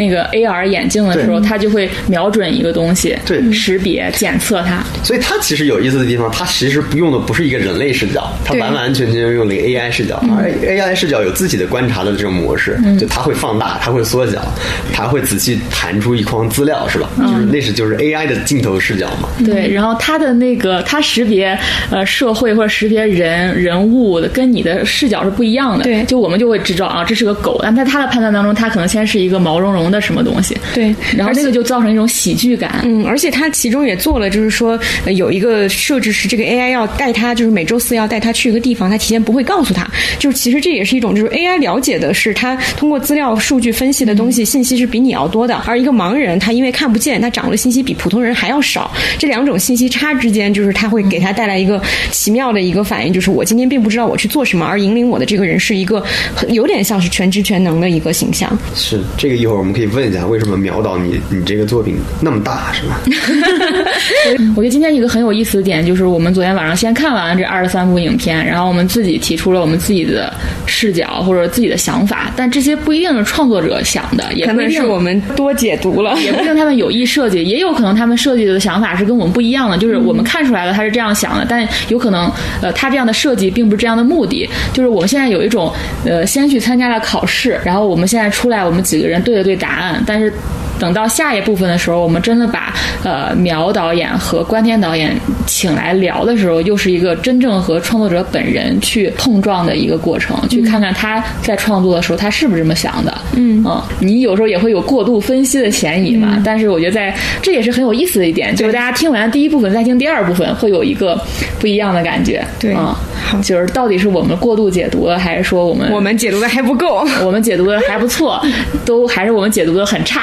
AR 眼镜的时候，它就会瞄准一个东西， 对， 识别检测它。 所以它其实有意思的地方，它其实用的不是一个人类视角，它完完全全用了一个 AI 视角，而 AI 视角有自己的观察的这种模式，就它会放大，它会缩小，它会仔细弹出一筐资料，是吧？就是 AI 的镜头视角嘛。 对，然后它的那个它识别社会或者识别人物的跟你的视角是不一样的。 对， 就我们就会知道啊，这是个狗，但在它的判断当中，它可能先是一个毛茸茸的什么东西。 对， 然后那个就造成一种喜剧感。 而且它其中也做了，就是说有一个设置是这个 AI 要带它，就是每周4要带它去一个地方，它提前不会告诉他。就是其实这也是一种，就是 AI 了解的是它通过资料数据分析的东西，信息是比你要多的，而一个盲人他因为看不见，他掌握的信息比普通人还要少。这2种信息差之间，就是他会给他带来一个奇妙的一个反应，就是我今天并不知道我去做什么，而引领我的这个人是一个有点像是全知全能的一个形象。 是这个一会儿我们可以问一下，为什么苗导你这个作品那么大，是吧？ 我觉得今天一个很有意思的点就是，我们昨天晚上先看完这23部影片，然后我们自己提出了我们自己的视角或者自己的想法，但这些不一定是创作者想的，也不一定是我们多解读了， 也不一定他们有意设计，也有可能他们设计的想法是跟我们不一样的，就是我们看出来了他是这样想的，但有可能他这样的设计并不是这样的目的。就是我们现在有一种先去参加了考试，然后我们现在出来，我们几个人对了对答案，但是等到下一部分的时候，我们真的把苗导演和关天导演请来聊的时候，又是一个真正和创作者本人去碰撞的一个过程，去看看他在创作的时候他是不是这么想的。你有时候也会有过度分析的嫌疑嘛，但是我觉得这也是很有意思的一点，就是大家听完第一部分再听第二部分会有一个不一样的感觉。 对， 就是到底是我们过度解读了，还是说我们解读的还不够， 我们解读的还不错，都还是我们解读的很差。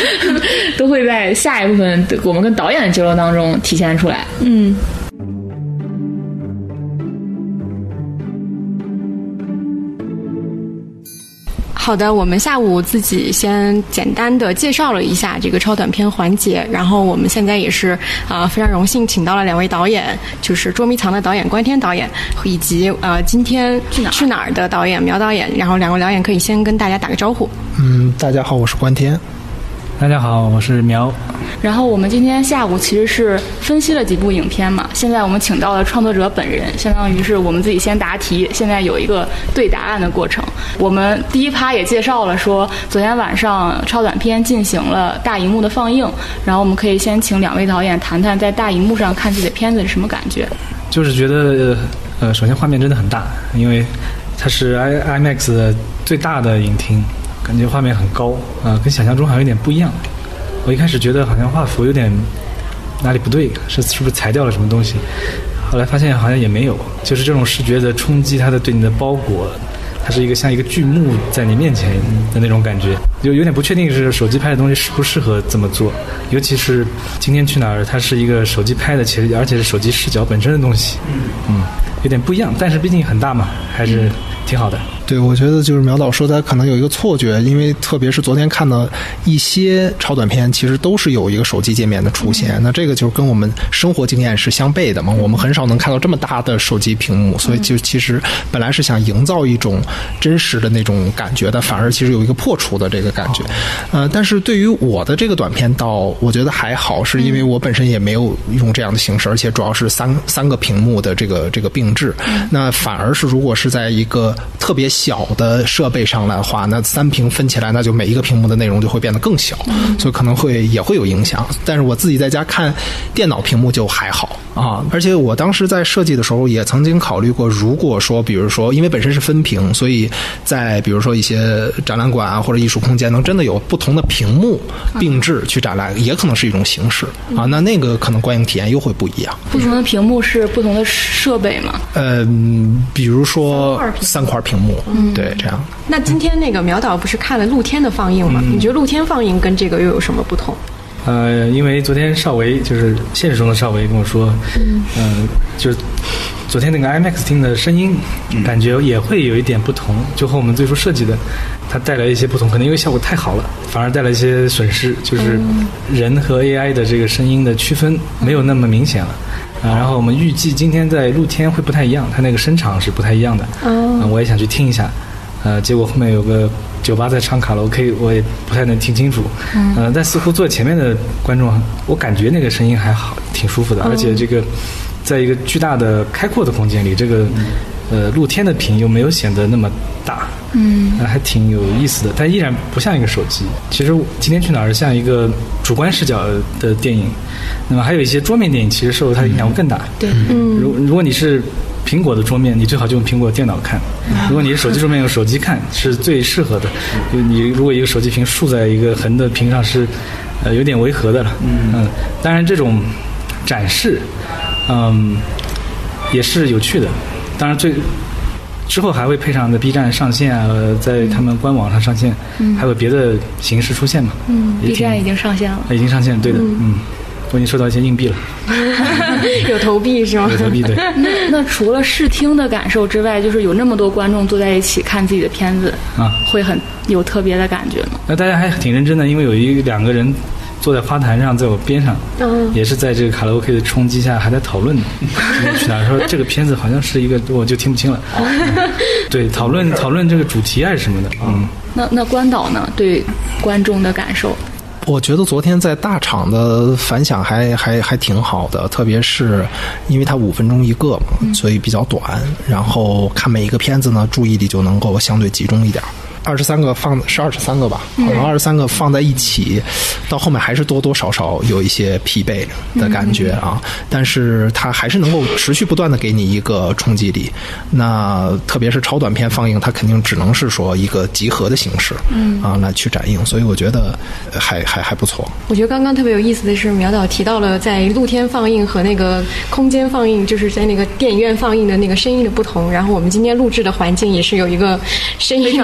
都会在下一部分我们跟导演的交流当中体现出来。 好的，我们下午自己先简单的介绍了一下这个超短片环节，然后我们现在也是非常荣幸请到了2位导演，就是捉迷藏的导演关天导演，以及今天去哪儿的导演苗导演，然后2位导演可以先跟大家打个招呼。 大家好，我是关天。 大家好，我是苗。 然后我们今天下午其实是分析了几部影片嘛，现在我们请到了创作者本人，相当于是我们自己先答题，现在有一个对答案的过程。我们第一趴也介绍了说，昨天晚上超短片进行了大荧幕的放映，然后我们可以先请2位导演谈谈在大荧幕上看自己的片子是什么感觉。 就是觉得首先画面真的很大，因为它是 IMAX 的最大的影厅，感觉画面很高跟想象中好像有点不一样。我一开始觉得好像画幅有点哪里不对，是不是裁掉了什么东西，后来发现好像也没有，就是这种视觉的冲击，它的对你的包裹，它是一个像一个巨幕在你面前的那种感觉，有点不确定是手机拍的东西适不适合这么做，尤其是今天去哪儿，它是一个手机拍的，其实而且是手机视角本身的东西，有点不一样，但是毕竟很大嘛，还是挺好的。 对，我觉得就是苗导说他可能有一个错觉，因为特别是昨天看到一些超短片其实都是有一个手机界面的出现，那这个就是跟我们生活经验是相悖的嘛，我们很少能看到这么大的手机屏幕，所以就其实本来是想营造一种真实的那种感觉的，反而其实有一个破除的这个感觉。但是对于我的这个短片倒我觉得还好，是因为我本身也没有用这样的形式，而且主要是三个屏幕的这个并置，那反而是如果是在一个特别小的设备上来的话，那3屏分起来，那就每一个屏幕的内容就会变得更小，所以可能也会有影响。但是我自己在家看电脑屏幕就还好而且我当时在设计的时候也曾经考虑过，如果说比如说因为本身是分屏，所以在比如说一些展览馆或者艺术空间能真的有不同的屏幕并置去展览，也可能是一种形式那个可能观影体验又会不一样。 不同的屏幕是不同的设备吗？ 比如说3块屏幕，对，这样。 那今天那个苗导不是看了露天的放映吗？你觉得露天放映跟这个又有什么不同？ 因为昨天邵维就是现实中的邵维跟我说，就是昨天那个 IMAX 厅的声音感觉也会有一点不同，就和我们最初设计的它带来一些不同，可能因为效果太好了，反而带来一些损失，就是人和 AI 的这个声音的区分没有那么明显了。然后我们预计今天在露天会不太一样，它那个声场是不太一样的。我也想去听一下。结果后面有个酒吧在唱卡拉 OK， 我也不太能听清楚。但似乎坐前面的观众，我感觉那个声音还好，挺舒服的。而且这个在一个巨大的开阔的空间里，这个露天的屏又没有显得那么大，还挺有意思的。但依然不像一个手机。其实今天去哪儿像一个主观视角的电影，那么还有一些桌面电影，其实受它的影响会更大。 对， 如果你是苹果的桌面，你最好就用苹果电脑看；如果你是手机桌面，用手机看是最适合的。你如果一个手机屏竖在一个横的屏上是有点违和的了。当然这种展示也是有趣的。当然之后还会配上的 B 站上线在他们官网上上线，还有别的形式出现嘛。 B 站已经上线了。 已经上线了，对的。我已经收到一些硬币了。 有投币是吗？ 有投币，对。 那除了视听的感受之外，就是有那么多观众坐在一起看自己的片子会很有特别的感觉吗？ 那大家还挺认真的，因为有2个人坐在花坛上，在我边上，也是在这个卡拉 OK 的冲击下还在讨论去哪儿，说这个片子好像是一个，我就听不清了。对，讨论这个主题还是什么的。 那关导呢？对观众的感受？ 我觉得昨天在大场的反响还挺好的，特别是因为它5分钟一个嘛，所以比较短，然后看每一个片子呢，注意力就能够相对集中一点。23个是23个吧，可能23个放在一起，到后面还是多多少少有一些疲惫的感觉但是它还是能够持续不断的给你一个冲击力。那特别是超短片放映，它肯定只能是说一个集合的形式来去展映，所以我觉得还不错。 我觉得刚刚特别有意思的是，苗导提到了在露天放映和那个空间放映，就是在那个电影院放映的那个声音的不同，然后我们今天录制的环境也是有一个声音的不同。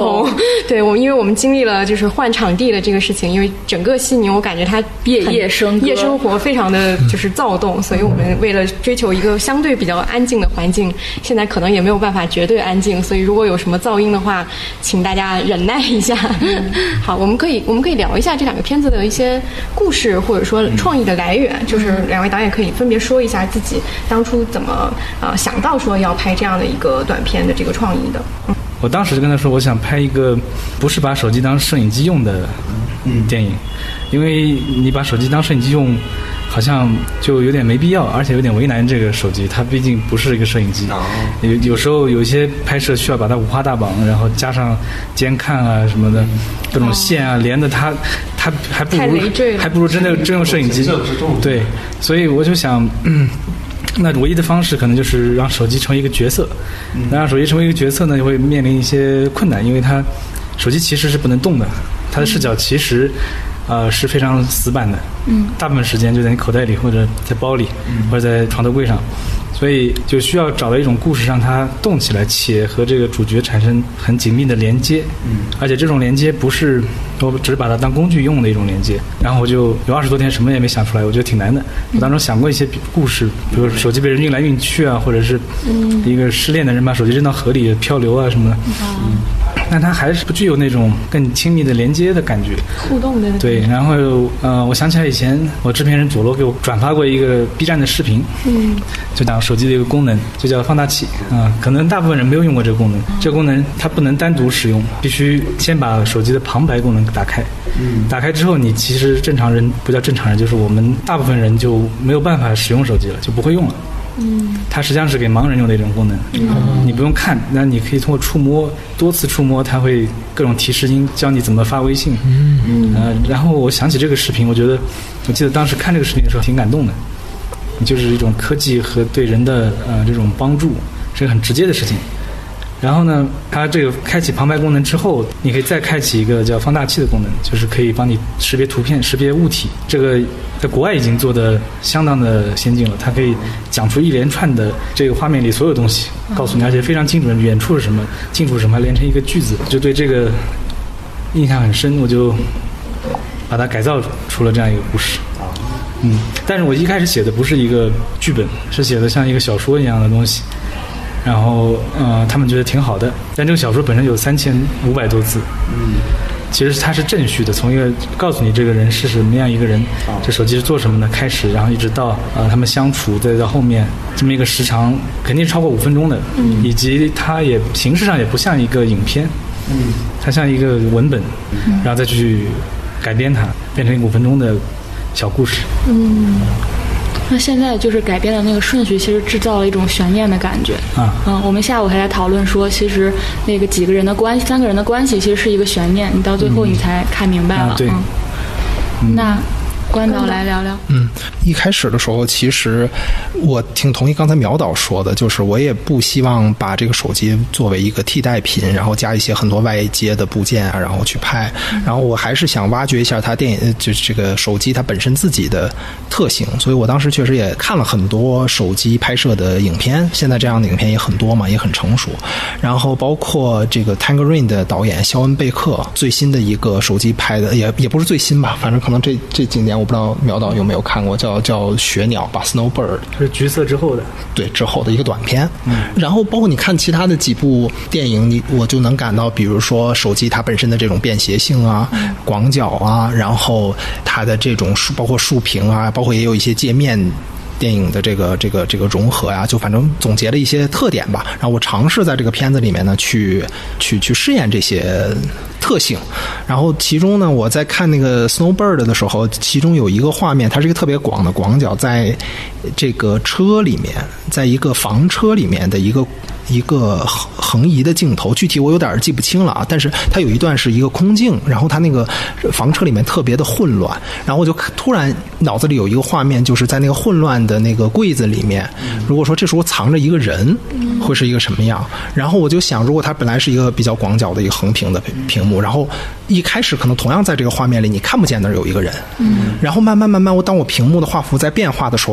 同。对，因为我们经历了就是换场地的这个事情，因为整个悉尼我感觉它夜生活非常的就是躁动，所以我们为了追求一个相对比较安静的环境，现在可能也没有办法绝对安静，所以如果有什么噪音的话，请大家忍耐一下。好，我们可以聊一下这两个片子的一些故事，或者说创意的来源，就是两位导演可以分别说一下自己当初怎么想到说要拍这样的一个短片的这个创意的。 我当时就跟他说，我想拍一个不是把手机当摄影机用的电影，因为你把手机当摄影机用，好像就有点没必要，而且有点为难这个手机，它毕竟不是一个摄影机。有时候有一些拍摄需要把它五花大绑，然后加上监看啊什么的，各种线啊连的它还不如真用摄影机。对，所以我就想，那唯一的方式可能就是让手机成为一个角色。那让手机成为一个角色呢，就会面临一些困难，因为它手机其实是不能动的，它的视角其实是非常死板的，大部分时间就在你口袋里或者在包里，或者在床头柜上，所以就需要找到一种故事让它动起来，且和这个主角产生很紧密的连接，而且这种连接不是我只是把它当工具用的一种连接。然后我就有20多天什么也没想出来，我觉得挺难的。我当中想过一些故事，比如手机被人运来运去啊，或者是一个失恋的人把手机扔到河里漂流啊什么的，但它还是不具有那种更亲密的连接的感觉， 互动的。 对，然后我想起来以前我制片人佐罗给我转发过一个 B 站的视频，就讲手机的一个功能，就叫放大器可能大部分人没有用过这个功能。这个功能它不能单独使用，必须先把手机的旁白功能打开。打开之后，你其实正常人不叫正常人，就是我们大部分人就没有办法使用手机了，就不会用了。它实际上是给盲人用的一种功能，你不用看，那你可以通过触摸，多次触摸，它会各种提示音教你怎么发微信。然后我想起这个视频，我记得当时看这个视频的时候挺感动的，就是一种科技和对人的这种帮助是个很直接的事情。然后呢，它这个开启旁白功能之后，你可以再开启一个叫放大器的功能，就是可以帮你识别图片、识别物体。这个在国外已经做得相当的先进了，它可以讲出一连串的这个画面里所有东西，告诉你，而且非常精准，远处是什么，近处是什么，连成一个句子，就对这个印象很深，我就把它改造出了这样一个故事。但是我一开始写的不是一个剧本，是写的像一个小说一样的东西。然后他们觉得挺好的，但这个小说本身有3500多字，其实它是正序的，从一个告诉你这个人是什么样一个人，这手机是做什么的开始，然后一直到他们相处，再到后面这么一个时长肯定超过5分钟的，以及它也形式上也不像一个影片，它像一个文本，然后再去改编它，变成一个5分钟的小故事。 那现在就是改编的那个顺序，其实制造了一种悬念的感觉。我们下午还在讨论说，其实那个3个人的关系其实是一个悬念，你到最后你才看明白了。 对。 那关导来聊聊。 一开始的时候，其实我挺同意刚才苗导说的，就是我也不希望把这个手机作为一个替代品，然后加一些很多外接的部件啊，然后去拍。然后我还是想挖掘一下它就是这个手机它本身自己的特性，所以我当时确实也看了很多手机拍摄的影片，现在这样的影片也很多嘛，也很成熟。然后包括这个 Tangerine 的导演肖恩贝克最新的一个手机拍的，也不是最新吧，反正可能这几年我不知道苗导有没有看过，叫雪鸟吧 Snowbird， 是橘色之后的， 对，之后的一个短片。然后包括你看其他的几部电影，我就能感到，比如说手机它本身的这种便携性啊、广角啊，然后它的这种包括竖屏啊，包括也有一些界面电影的这个融合呀，就反正总结了一些特点吧。然后我尝试在这个片子里面呢去试验这些特性。然后其中呢，我在看那个 Snowbird 的时候，其中有一个画面，它是一个特别广的广角，在这个车里面，在一个房车里面的一个横移的镜头，具体我有点记不清了啊。但是它有一段是一个空镜，然后它那个房车里面特别的混乱，然后我就突然脑子里有一个画面，就是在那个混乱的那个柜子里面，如果说这时候藏着一个人，会是一个什么样？然后我就想，如果它本来是一个比较广角的一个横屏的屏幕，然后一开始可能同样在这个画面里你看不见那儿有一个人，然后慢慢当我屏幕的画幅在变化的时候，最后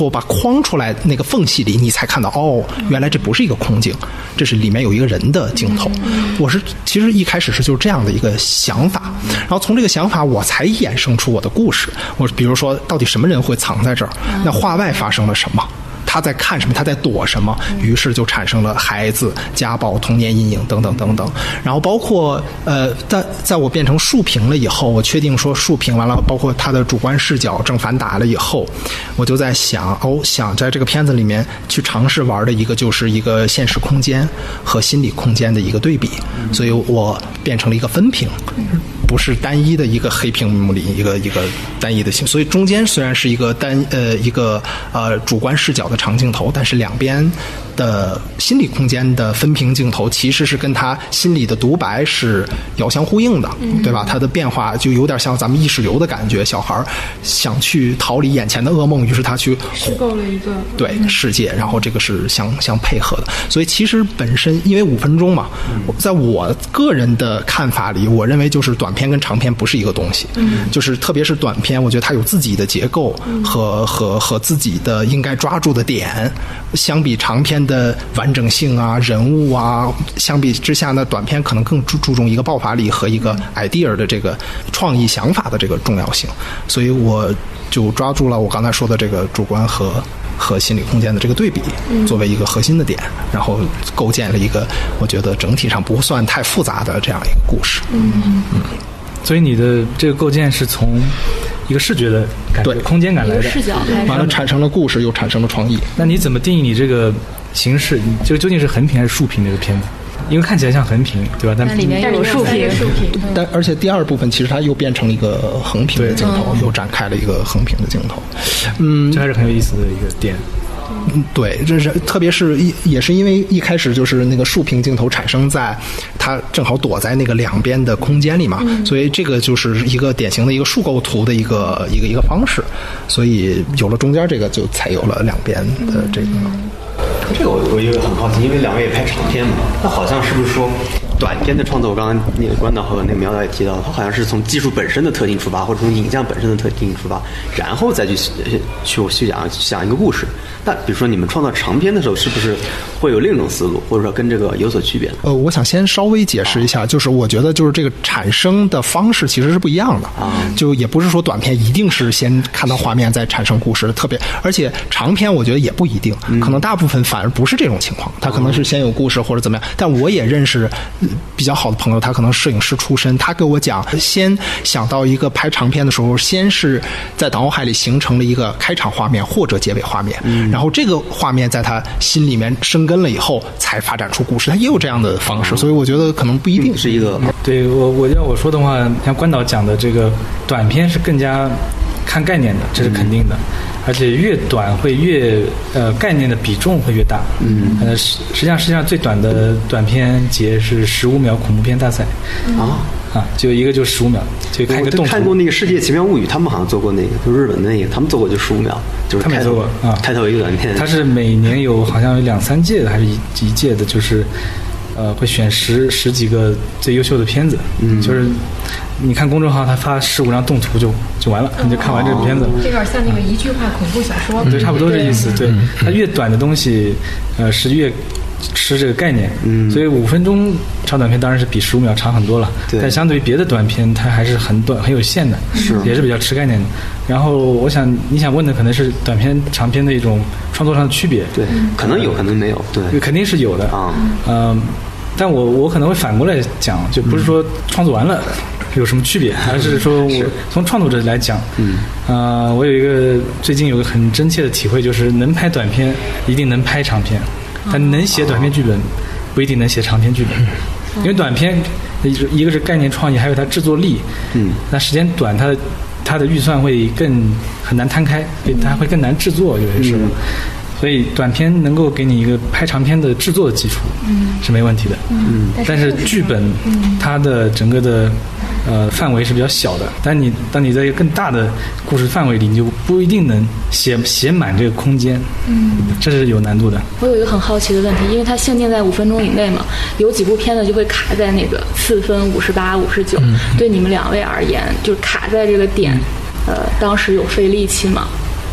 后把框出来那个缝隙里，你才看到哦，原来这不是一个空镜，这是里面有一个人的镜头。我是其实一开始是就是这样的一个想法，然后从这个想法我才衍生出我的故事。我比如说，到底什么人会藏在这儿？那画外发生了什么？他在看什么？他在躲什么？于是就产生了孩子、家暴、童年阴影等等等等。然后包括在我变成竖屏了以后，我确定说竖屏完了，包括他的主观视角正反打了以后，我就在想想在这个片子里面去尝试玩的一个就是一个现实空间和心理空间的一个对比，所以我变成了一个分屏。不是单一的一个黑屏幕里一个单一的形，所以中间虽然是一个主观视角的长镜头，但是两边的心理空间的分屏镜头其实是跟他心里的独白是遥相呼应的，对吧？他的变化就有点像咱们意识流的感觉，小孩想去逃离眼前的噩梦，于是他去虚构了一个对世界，然后这个是相配合的。所以其实本身因为5分钟嘛，在我个人的看法里，我认为就是短片跟长片不是一个东西，就是特别是短片，我觉得它有自己的结构和自己的应该抓住的点，相比长片的完整性啊、人物啊，相比之下呢，短片可能更注重一个爆发力和一个 idea 的这个创意想法的这个重要性，所以我就抓住了我刚才说的这个主观和心理空间的这个对比，作为一个核心的点，然后构建了一个我觉得整体上不算太复杂的这样一个故事。 所以你的这个构建是从一个视觉的感觉、空间感来的， 视角完了产生了故事，又产生了创意。 那你怎么定义你这个形式？你这个究竟是横屏还是竖屏？这个片子，因为看起来像横屏，对吧？但里面有竖屏， 但而且第二部分其实它又变成了一个横屏的镜头，又展开了一个横屏的镜头。 这还是很有意思的一个点。 对，这是特别是也是因为一开始就是那个竖屏镜头产生在它正好躲在那个两边的空间里嘛，所以这个就是一个典型的一个竖构图的一个方式，所以有了中间这个，就才有了两边的这个。 这个我也很好奇，因为两位也拍长片嘛，那好像是不是说短片的创作，我刚刚那个关导和那个苗导也提到，它好像是从技术本身的特性出发，或者从影像本身的特性出发，然后再去想一个故事。那比如说你们创造长片的时候，是不是会有另一种思路，或者说跟这个有所区别呢？ 我想先稍微解释一下，就是我觉得就是这个产生的方式其实是不一样的，就也不是说短片一定是先看到画面再产生故事的，特别而且长片我觉得也不一定，可能大部分反而不是这种情况，他可能是先有故事或者怎么样。但我也认识比较好的朋友，他可能摄影师出身，他跟我讲，先想到一个拍长片的时候，先是在脑海里形成了一个开场画面或者结尾画面，然后这个画面在他心里面生根了以后，才发展出故事。他也有这样的方式，所以我觉得可能不一定是一个。 对我要我说的话，像关导讲的这个短片是更加看概念的，这是肯定的。而且越短会越概念的比重会越大。实际上最短的短片节是15秒恐怖片大赛。就一个就15秒，就看一个动图。 看过那个《世界奇妙物语》，他们好像做过那个，就日本的那个，他们做过就15秒，就是开头开头一个短片。 他是每年有好像有2-3届的，还是一届的，就是会选十几个最优秀的片子。就是你看公众号，他发15张动图就完了，你就看完这个片子。 这有点像那个一句话恐怖小说。 对，差不多这意思。对，它越短的东西，是越吃这个概念。所以5分钟长短片当然是比15秒长很多了。但相对于别的短片，它还是很短、很有限的，也是比较吃概念的。然后我想你想问的可能是短片、长片的一种创作上的区别。 对，可能有，可能没有。对， 肯定是有的。但我可能会反过来讲，就不是说创作完了有什么区别，而是说我从创作者来讲，我最近有个很真切的体会，就是能拍短片一定能拍长片，但能写短片剧本不一定能写长篇剧本。因为短片一个是概念创意，还有它制作力，那时间短，它的预算会很难摊开，它会更难制作有些时候。所以短片能够给你一个拍长片的制作的基础，是没问题的。但是剧本它的整个的范围是比较小的，当你在一个更大的故事范围里，你就不一定能写满这个空间。这是有难度的。 我有一个很好奇的问题，因为它限定在5分钟以内嘛，有几部片子就会卡在那个4分58、59。对你们2位而言，就是卡在这个点，当时有费力气吗？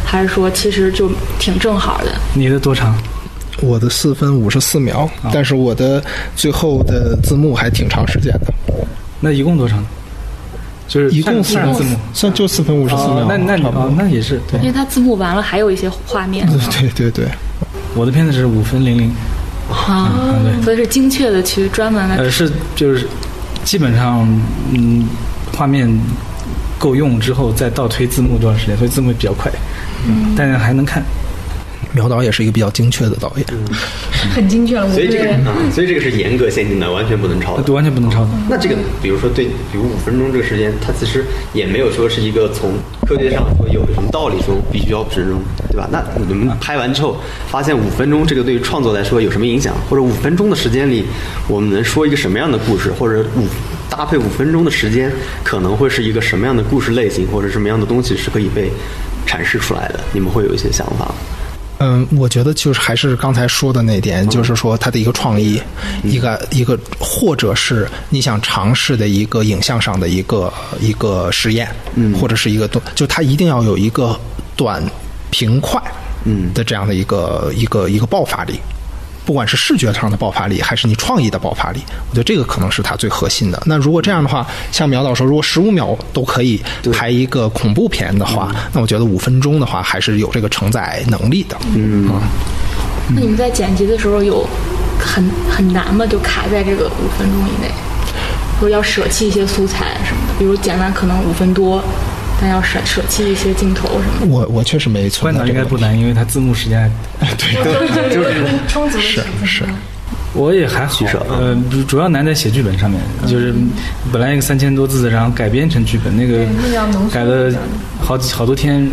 还是说其实就挺正好的？ 你的多长？ 我的4分54秒，但是我的最后的字幕还挺长时间的。 那一共多长？就是一共4分字幕， 算就4分54秒。 那也是对， 因为它字幕完了还有一些画面。 对。 我的片子是5分00。 对，所以是精确的去专门的。 就是基本上画面够用之后再倒推字幕多长时间，所以字幕比较快，但是还能看。 苗导也是一个比较精确的导演， 很精确了。 所以这个是严格限定的，完全不能超的。 对，完全不能超的。 那这个，比如5分钟这个时间，它其实也没有说是一个从科学上说有什么道理说必须要5分钟，对吧？那你们拍完之后发现5分钟这个对于创作来说有什么影响？或者5分钟的时间里，我们能说一个什么样的故事？或者搭配5分钟的时间，可能会是一个什么样的故事类型，或者什么样的东西是可以被阐释出来的？你们会有一些想法？ 我觉得就是还是刚才说的那点，就是说它的一个创意，一个或者是你想尝试的一个影像上的一个实验，或者是就它一定要有一个短平快的这样的一个爆发力。不管是视觉上的爆发力，还是你创意的爆发力，我觉得这个可能是它最核心的。那如果这样的话，像苗导说，如果15秒都可以拍一个恐怖片的话，那我觉得5分钟的话还是有这个承载能力的。 那你们在剪辑的时候有很难吗？就卡在这个5分钟以内，或者要舍弃一些素材什么的，比如剪完可能5分多。但要舍弃一些镜头什么的。我确实没存在。 关导应该不难，因为它字幕时间对，就是充足的是。 我也还好，主要难在写剧本上面，就是本来一个3000多字，然后改编成剧本，那个改了好多天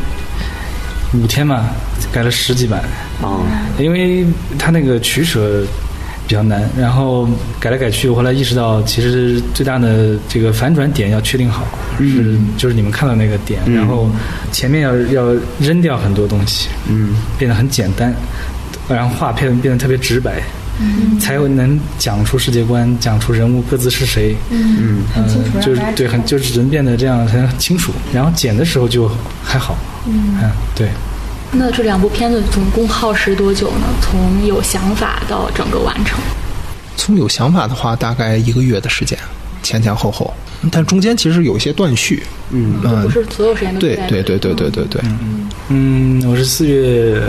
，5天吧，改了10几版。因为它那个取舍比较难，然后改来改去，我后来意识到，其实最大的这个反转点要确定好，就是你们看到那个点，然后前面要扔掉很多东西，变得很简单，然后画片变得特别直白，才能讲出世界观，讲出人物各自是谁，就是对，就是人变得这样才很清楚，然后剪的时候就还好，对。 那这2部片子总共耗时多久呢？从有想法到整个完成？ 从有想法的话，大概1个月的时间，前后，但中间其实有一些断续。 不是所有时间都在。 对。 我是4月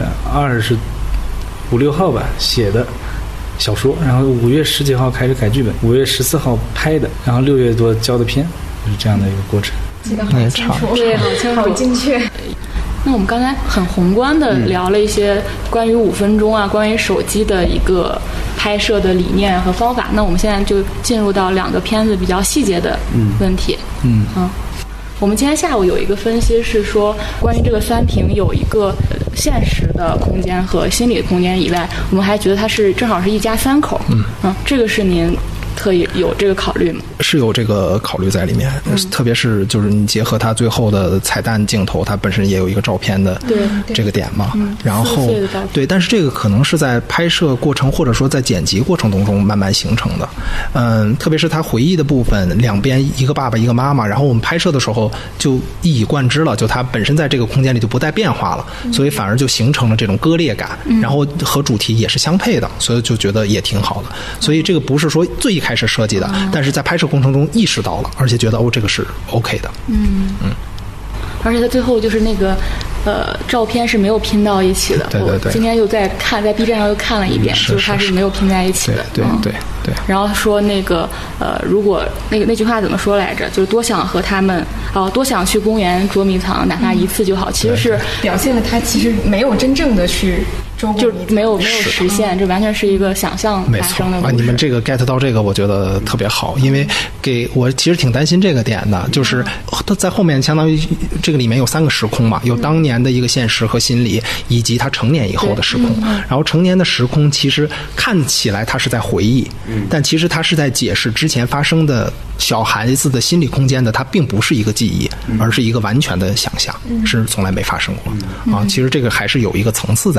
25、26号吧写的小说，然后5月10几号开始改剧本，5月14号拍的，然后6月多交的片，就是这样的一个过程。 记得好清楚， 对，好清楚， 好精确。 那我们刚才很宏观的聊了一些关于5分钟啊，关于手机的一个拍摄的理念和方法。那我们现在就进入到2个片子比较细节的问题。我们今天下午有一个分析是说，关于这个3屏有一个现实的空间和心理的空间以外，我们还觉得它是正好是一家3口。这个是您特意有这个考虑吗？ 是有这个考虑在里面，特别是就是你结合它最后的彩蛋镜头，它本身也有一个照片的这个点嘛。然后对，但是这个可能是在拍摄过程或者说在剪辑过程当中慢慢形成的。特别是他回忆的部分，两边一个爸爸一个妈妈，然后我们拍摄的时候就一以贯之了，就它本身在这个空间里就不带变化了，所以反而就形成了这种割裂感，然后和主题也是相配的，所以就觉得也挺好的。所以这个不是说最一开始设计的，但是在拍摄过程中意识到了，而且觉得这个是 OK 的。 而且他最后就是那个照片是没有拼到一起的。 对。 我今天又在 B 站上又看了一遍，就是它是没有拼在一起的。 对。 然后说那个如果那句话怎么说来着？就是多想和他们多想去公园捉迷藏，哪怕一次就好。其实是表现了他其实没有真正的去。 就没有实现，这完全是一个想象发生的故事。 你们这个 get 到这个，我觉得特别好，因为给我其实挺担心这个点的，就是它在后面相当于这个里面有3个时空嘛，有当年的一个现实和心理，以及他成年以后的时空。然后成年的时空其实看起来他是在回忆，但其实他是在解释之前发生的小孩子的心理空间的，它并不是一个记忆，而是一个完全的想象，是从来没发生过其实这个还是有一个层次在里面。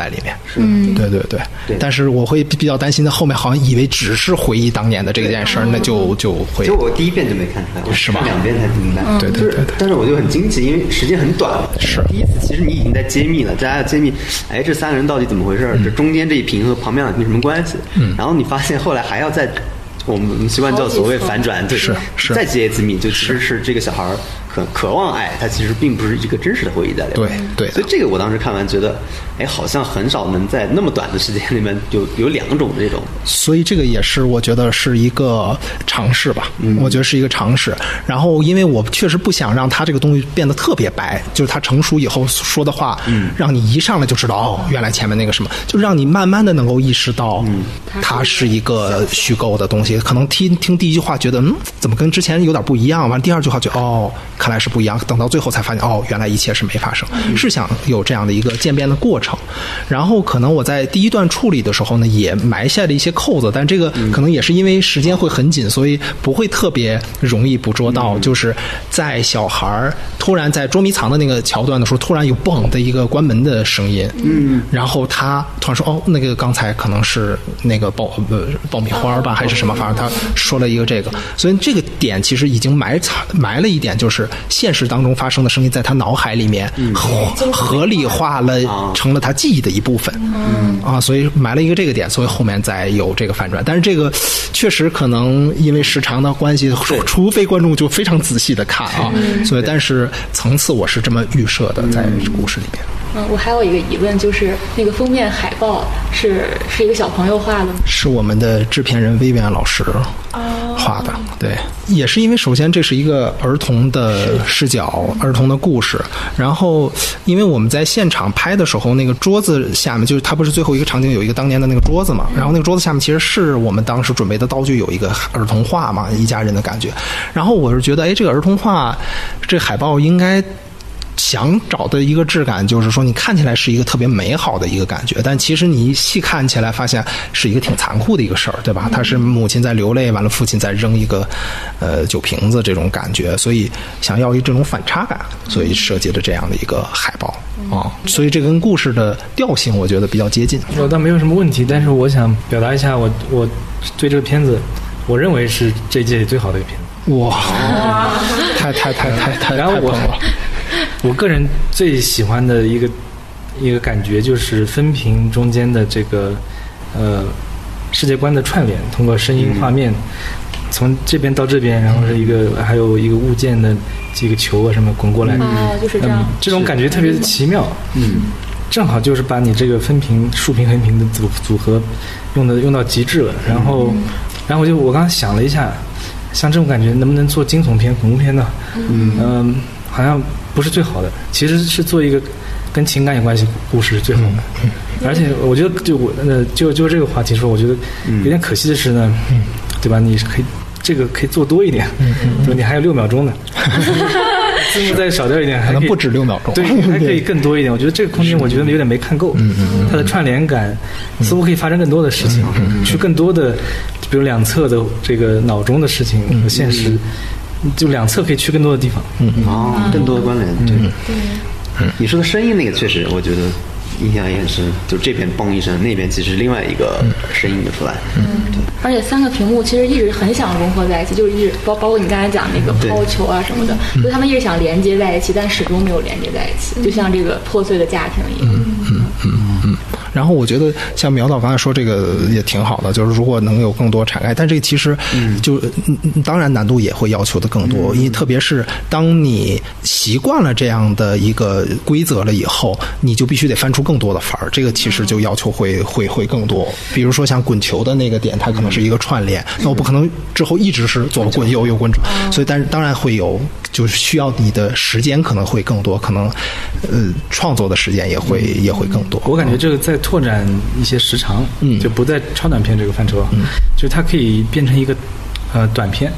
是， 对对对。但是我会比较担心的，后面好像以为只是回忆当年的这件事儿，那就会。 就我第一遍就没看出来，我是吗？ 看2遍才明白。 对对对。 但是我就很惊奇，因为时间很短了。 是。 第一次其实你已经在揭秘了，大家要揭秘，哎，这3个人到底怎么回事？这中间这一瓶和旁边2瓶什么关系？然后你发现后来还要再。我们习惯叫所谓反转，对， 是再揭一次秘，就其实是这个小孩渴望爱，他其实并不是一个真实的回忆在里面。 对， 所以这个我当时看完觉得，哎，好像很少能在那么短的时间里面有2种这种。 所以这个也是我觉得是一个尝试吧，我觉得是一个尝试。然后因为我确实不想让他这个东西变得特别白，就是他成熟以后说的话，让你一上来就知道哦，原来前面那个什么，就让你慢慢的能够意识到，它是一个虚构的东西。可能听第一句话觉得怎么跟之前有点不一样，完第2句话就哦，看来是不一样，等到最后才发现哦，原来一切是没发生，是想有这样的一个渐变的过程。然后可能我在第一段处理的时候呢，也埋下了一些扣子，但这个可能也是因为时间会很紧，所以不会特别容易捕捉到，就是在小孩突然在捉迷藏的那个桥段的时候，突然有嘣的一个关门的声音，然后他突然说哦，那个刚才可能是那个爆米花吧，还是什么，反正他说了一个这个，所以这个点其实已经埋了一点，就是现实当中发生的声音在他脑海里面合理化了，成了他记忆的一部分，所以埋了一个这个点，所以后面再有这个反转。但是这个确实可能因为时长的关系，除非观众就非常仔细的看啊，所以但是层次我是这么预设的，在故事里面。 我还有一个疑问，就是那个封面海报是一个小朋友画的吗？ 是我们的制片人薇薇安老师画的，对，也是因为首先这是一个儿童的视角，儿童的故事，然后因为我们在现场拍的时候，那个桌子下面就是它不是最后一个场景有一个当年的那个桌子嘛，然后那个桌子下面其实是我们当时准备的道具，有一个儿童画嘛，一家人的感觉，然后我是觉得哎，这个儿童画这海报应该想找的一个质感，就是说你看起来是一个特别美好的一个感觉，但其实你细看起来发现是一个挺残酷的一个事儿，对吧？他是母亲在流泪，完了父亲在扔一个酒瓶子这种感觉，所以想要这种反差感，所以设计了这样的一个海报所以这跟故事的调性我觉得比较接近。 我倒没有什么问题，但是我想表达一下我对这个片子，我认为是这届最好的一个片子。 哇，太然后我个人最喜欢的一个感觉就是分屏中间的这个世界观的串联，通过声音画面从这边到这边，然后是还有一个物件的几个球啊什么滚过来， 就是这样，这种感觉特别的奇妙，正好就是把你这个分屏、竖屏、横屏的组合用到极致了。然后我刚刚想了一下，像这种感觉能不能做惊悚片、恐怖片呢？好像不是最好的，其实是做一个跟情感有关系故事是最好的。而且我觉得就这个话题说，我觉得有点可惜的是呢，对吧？你可以做多一点，对吧？你还有6秒钟呢，字幕再少掉一点， 可能不止6秒钟， 对，还可以更多一点。我觉得这个空间，我觉得有点没看够。它的串联感似乎可以发生更多的事情，去更多的，比如两侧的这个脑中的事情和现实。就两侧可以去更多的地方， 更多的关联，对。你说的声音那个确实，我觉得印象也很深，就这边嘣一声，那边其实另外一个声音就出来，对。 而且3个屏幕其实一直很想融合在一起，就是一直包括你刚才讲那个抛球啊什么的，就他们一直想连接在一起，但始终没有连接在一起，就像这个破碎的家庭一样。 然后我觉得像苗导刚才说这个也挺好的，就是如果能有更多展开，但这个其实就当然难度也会要求的更多，因为特别是当你习惯了这样的一个规则了以后，你就必须得翻出更多的法儿，这个其实就要求会更多。比如说像滚球的那个点，它可能是一个串联，那我不可能之后一直是左滚右滚左，所以但是当然会有，就是需要你的时间可能会更多，可能创作的时间也会更多。 我感觉这个在拓展一些时长，就不在超短片这个范畴，就是它可以变成一个短片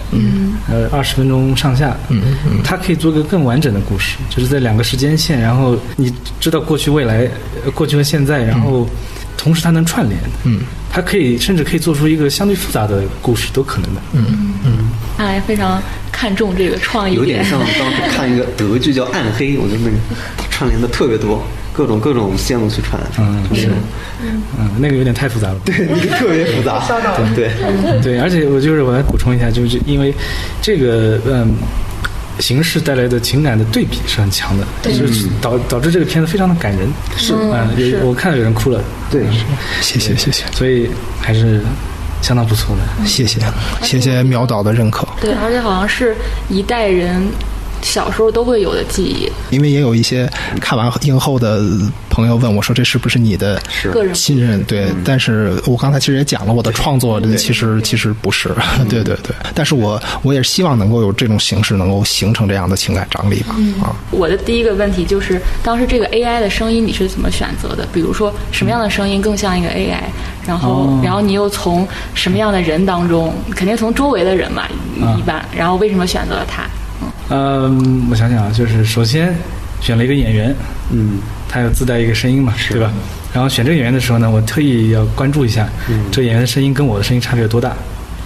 ，20分钟上下，它可以做个更完整的故事，就是在2个时间线，然后你知道过去、未来、过去和现在，然后同时它能串联，它甚至可以做出一个相对复杂的故事，都可能的。 非常看重这个创意， 有点像当时看一个德剧叫《暗黑》，我觉得那个串联的特别多。 各种线路去串。 那个有点太复杂了。 对，那个特别复杂。 对，而且我来补充一下，就是因为这个形式带来的情感的对比是很强的，就是导致这个片子非常的感人。是我看到有人哭了。 对， 谢谢， 所以还是相当不错的。 谢谢苗导的认可。 对，而且好像是一代人小时候都会有的记忆。 因为也有一些看完映后的朋友问我说，这是不是你的个人亲人？对，但是我刚才其实也讲了，我的创作其实不是。对，但是我也是希望能够有这种形式能够形成这样的情感张力吧。 我的第一个问题就是，当时这个 AI 的声音你是怎么选择的？比如说什么样的声音更像一个 AI， 然后你又从什么样的人当中，肯定从周围的人嘛，一般，然后为什么选择了他？ 我想想啊，就是首先选了一个演员，他有自带一个声音嘛，对吧？然后选这个演员的时候呢，我特意要关注一下，这个演员的声音跟我的声音差别有多大。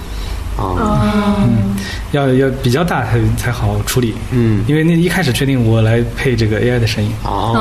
要比较大才好处理。因为那一开始确定我来配这个 AI 的声音。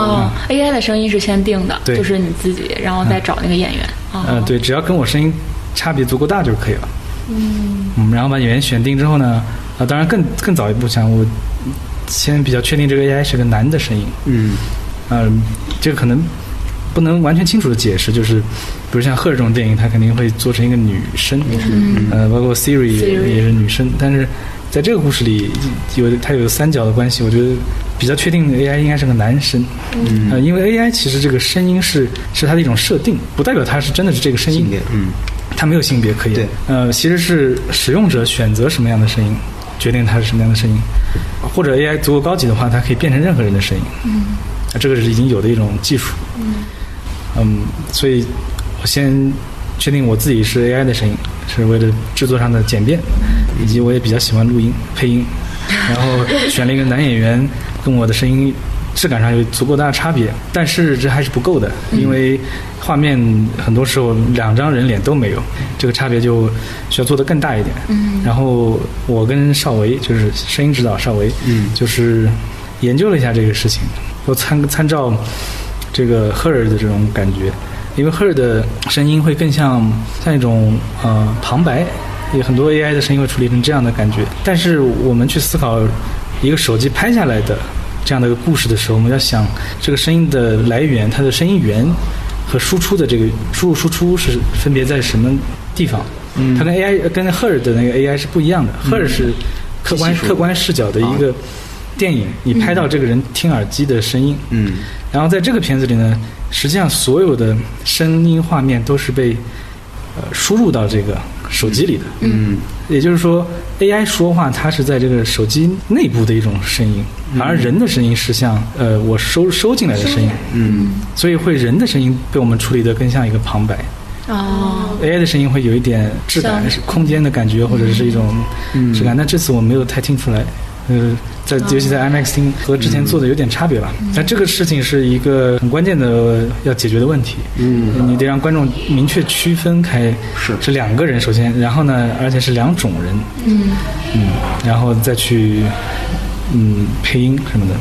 AI 的声音是先定的，就是你自己，然后再找那个演员。 对，只要跟我声音差别足够大就可以了。然后把演员选定之后呢，当然更早一步想我先比较确定这个 AI 是个男的声音。这个可能不能完全清楚的解释，就是比如像赫尔这种电影，它肯定会做成一个女生，包括 Siri 也是女生，但是在这个故事里它有三角的关系，我觉得比较确定 AI 应该是个男生。因为 AI 其实这个声音是它的一种设定，不代表它是真的是这个声音。它没有性别可言。其实是使用者选择什么样的声音，决定它是什么样的声音。或者 AI 足够高级的话，它可以变成任何人的声音。这个是已经有的一种技术。所以我先确定我自己是 AI 的声音，是为了制作上的简便，以及我也比较喜欢录音配音，然后选了一个男演员，跟我的声音质感上有足够大的差别，但是这还是不够的，因为画面很多时候两张人脸都没有，这个差别就需要做得更大一点。然后我跟邵维，就是声音指导邵维，就是研究了一下这个事情，我参照这个赫尔的这种感觉，因为赫尔的声音会更像一种旁白，有很多 AI 的声音会处理成这样的感觉，但是我们去思考一个手机拍下来的这样的一个故事的时候，我们要想这个声音的来源，它的声音源和输出的这个输入输出是分别在什么地方。它跟 AI 跟赫尔的那个 AI 是不一样的。赫尔是客观视角的一个电影，你拍到这个人听耳机的声音。然后在这个片子里呢，实际上所有的声音画面都是被输入到这个手机里的。也就是说 AI 说话它是在这个手机内部的一种声音，而人的声音是像我收进来的声音。所以人的声音被我们处理得更像一个旁白。AI 的声音会有一点质感，是空间的感觉，或者是一种质感。但这次我没有太听出来。尤其在 IMAX 厅和之前做的有点差别吧。但这个事情是一个很关键的要解决的问题。你得让观众明确区分开是两个人，首先，然后呢，而且是两种人。然后再去配音什么的。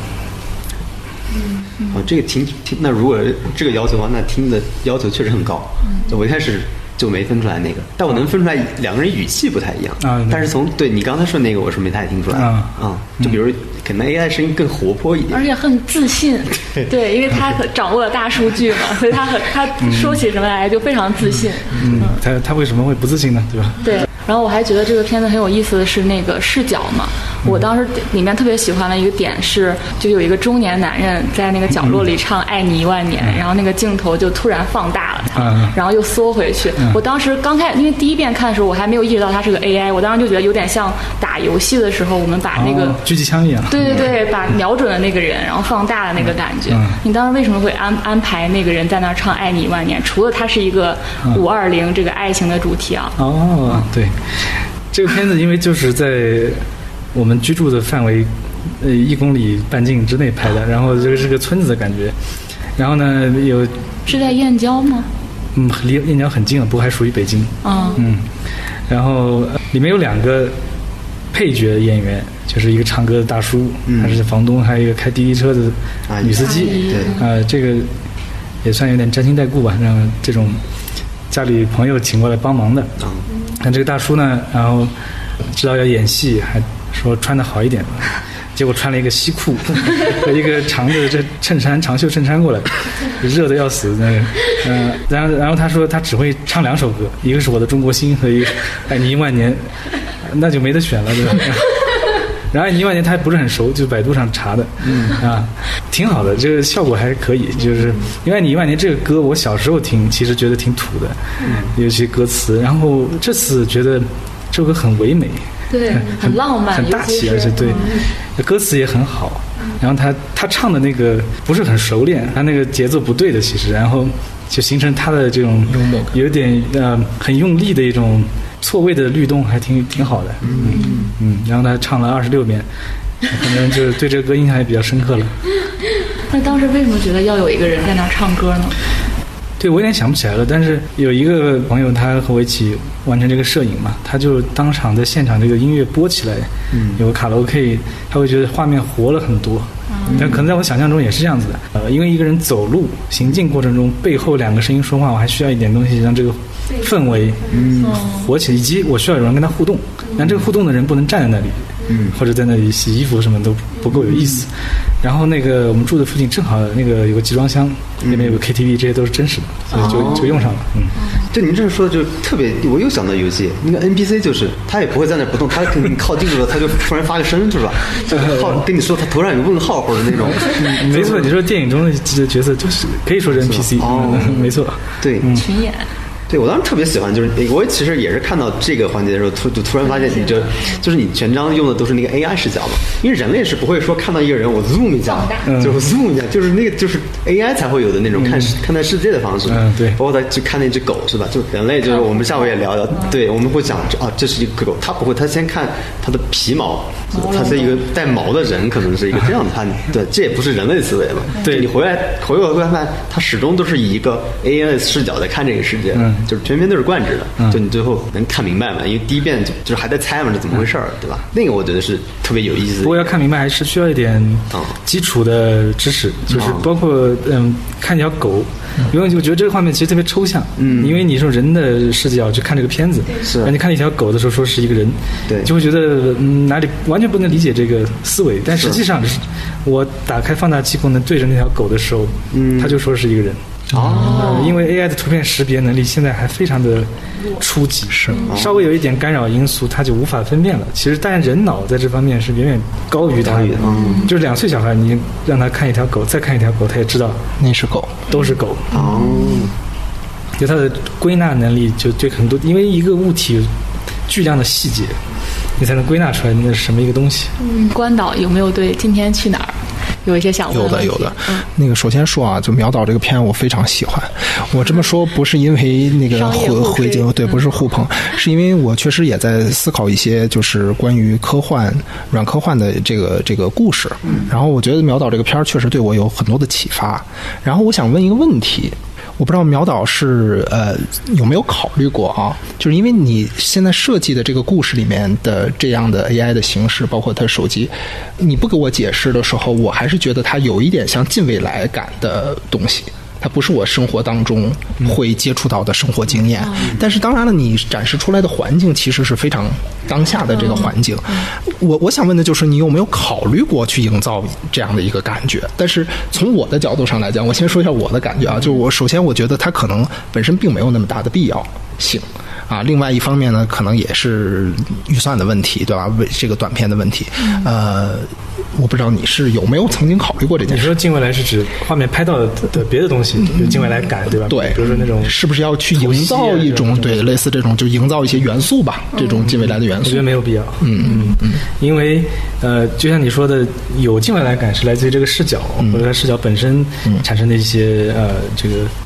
这个听，那如果这个要求的话，那听的要求确实很高。我一开始就没分出来那个，但我能分出来两个人语气不太一样。但是对你刚才说那个，我是没太听出来。就比如可能 AI 声音更活泼一点， 而且很自信。对，因为他掌握了大数据嘛，所以他说起什么来就非常自信。 他为什么会不自信呢？对吧？ 对。然后我还觉得这个片子很有意思的是那个视角嘛，我当时里面特别喜欢的一个点是，就有一个中年男人在那个角落里唱《爱你10000年》，然后那个镜头就突然放大了他，然后又缩回去。我当时刚开始，因为第一遍看的时候我还没有意识到他是个 AI， 我当时就觉得有点像打游戏的时候我们把那个狙击枪一样， 对，把瞄准了那个人，然后放大的那个感觉。你当时为什么会安排那个人在那儿唱《爱你10000年》？除了他是一个520这个爱情的主题啊。 对。这个片子因为就是在我们居住的范围1公里半径之内拍的，然后这个是个村子的感觉，然后呢是在燕郊吗？ 离燕郊很近了，不过还属于北京。然后里面有2个配角演员， 就是一个唱歌的大叔，还是房东，还有一个开滴滴车的女司机， 对， 这个也算有点沾亲带故吧，让这种家里朋友请过来帮忙的。但这个大叔呢，然后知道要演戏，还说穿得好一点，结果穿了一个西裤和一个长的这衬衫，长袖衬衫过来，热得要死那个。然后他说他只会唱2首歌，一个是我的中国心和一个爱你1万年，那就没得选了，对吧？然后爱你1万年他还不是很熟，就百度上查的，挺好的，这个效果还可以。就是因为爱你1万年这个歌，我小时候听，其实觉得挺土的，尤其歌词。然后这次觉得这首歌很唯美。 对，很浪漫， 很大气，而且对，歌词也很好。然后他唱的那个不是很熟练，他那个节奏不对的，其实，然后就形成他的这种有点很用力的一种错位的律动，还挺好的。然后他唱了26遍，可能就是对这个歌印象也比较深刻了。 那当时为什么觉得要有一个人在那唱歌呢？ 对，我有点想不起来了，但是有一个朋友他和我一起完成这个摄影嘛，他就当场在现场这个音乐播起来，有个卡拉 OK， 他会觉得画面活了很多。但可能在我想象中也是这样子的，因为一个人走路行进过程中，背后2个声音说话，我还需要一点东西让这个氛围活起来，以及我需要有人跟他互动，但这个互动的人不能站在那里，或者在那里洗衣服什么都不够有意思。然后那个我们住的附近正好那个有个集装箱，那边有个 KTV， 这些都是真实的，所以就用上了。 对，您这说的就特别，我又想到游戏那个 NPC， 就是他也不会在那不动，他肯定靠近住了，他就突然发个声，是吧？就跟你说他头上有个问号或者那种。 没错，你说电影中的角色就是可以说是 NPC， 没错， 对， 群演。 对，我当时特别喜欢，就是我其实也是看到这个环节的时候，突然发现你就是你全章用的都是那个 AI 视角嘛，因为人类是不会说看到一个人我 zoom 一下，就是 zoom 一下，就是那个就是 AI 才会有的那种看待世界的方式。 对， 包括他去看那只狗是吧？就人类就是我们下回也聊聊，对，我们会讲这是一个狗，他不会，他先看它的皮毛，他是一个带毛的人，可能是一个这样的判断。对，这也不是人类思维嘛。 对， 你回过来看，他始终都是以一个 AI 的视角在看这个世界。就是全篇都是贯之的，就你最后能看明白嘛？因为第一遍就是还在猜嘛，这怎么回事儿，对吧？那个我觉得是特别有意思的。 不过要看明白还是需要一点基础的知识，就是包括看一条狗，因为我觉得这个画面其实特别抽象，因为你是用人的视角去看这个片子， 是， 你看一条狗的时候说是一个人， 对， 就会觉得哪里完全不能理解这个思维，但实际上我打开放大器功能对着那条狗的时候，他就说是一个人。因为 AI 的图片识别能力现在还非常的初级，是稍微有一点干扰因素，它就无法分辨了。其实，但人脑在这方面是远远高于它的。就是2岁小孩，你让他看一条狗，再看一条狗，他也知道那是狗， 都是狗。就它的归纳能力，就对很多，因为一个物体巨量的细节，你才能归纳出来那是什么一个东西。 关导有没有对今天去哪儿有一些想问的？ 有的。那个首先说啊，就苗导这个片我非常喜欢。我这么说不是因为那个回敬，对，不是互捧，是因为我确实也在思考一些就是关于科幻、软科幻的这个故事。然后我觉得苗导这个片确实对我有很多的启发。然后我想问一个问题。我不知道苗导是有没有考虑过啊？就是因为你现在设计的这个故事里面的这样的 AI 的形式，包括它手机，你不给我解释的时候，我还是觉得它有一点像近未来感的东西。它不是我生活当中会接触到的生活经验，但是当然了，你展示出来的环境其实是非常当下的这个环境。我想问的就是，你有没有考虑过去营造这样的一个感觉？但是从我的角度上来讲，我先说一下我的感觉啊，就我首先我觉得它可能本身并没有那么大的必要性。另外一方面呢，可能也是预算的问题，对吧？为这个短片的问题，我不知道你是有没有曾经考虑过这件事。 你说近未来是指画面拍到的别的东西，有近未来感，对吧？ 对， 比如说那种是不是要去营造一种对类似这种，就营造一些元素吧，这种近未来的元素。 我觉得没有必要。因为就像你说的，有近未来感是来自于这个视角，或者它视角本身产生的一些这个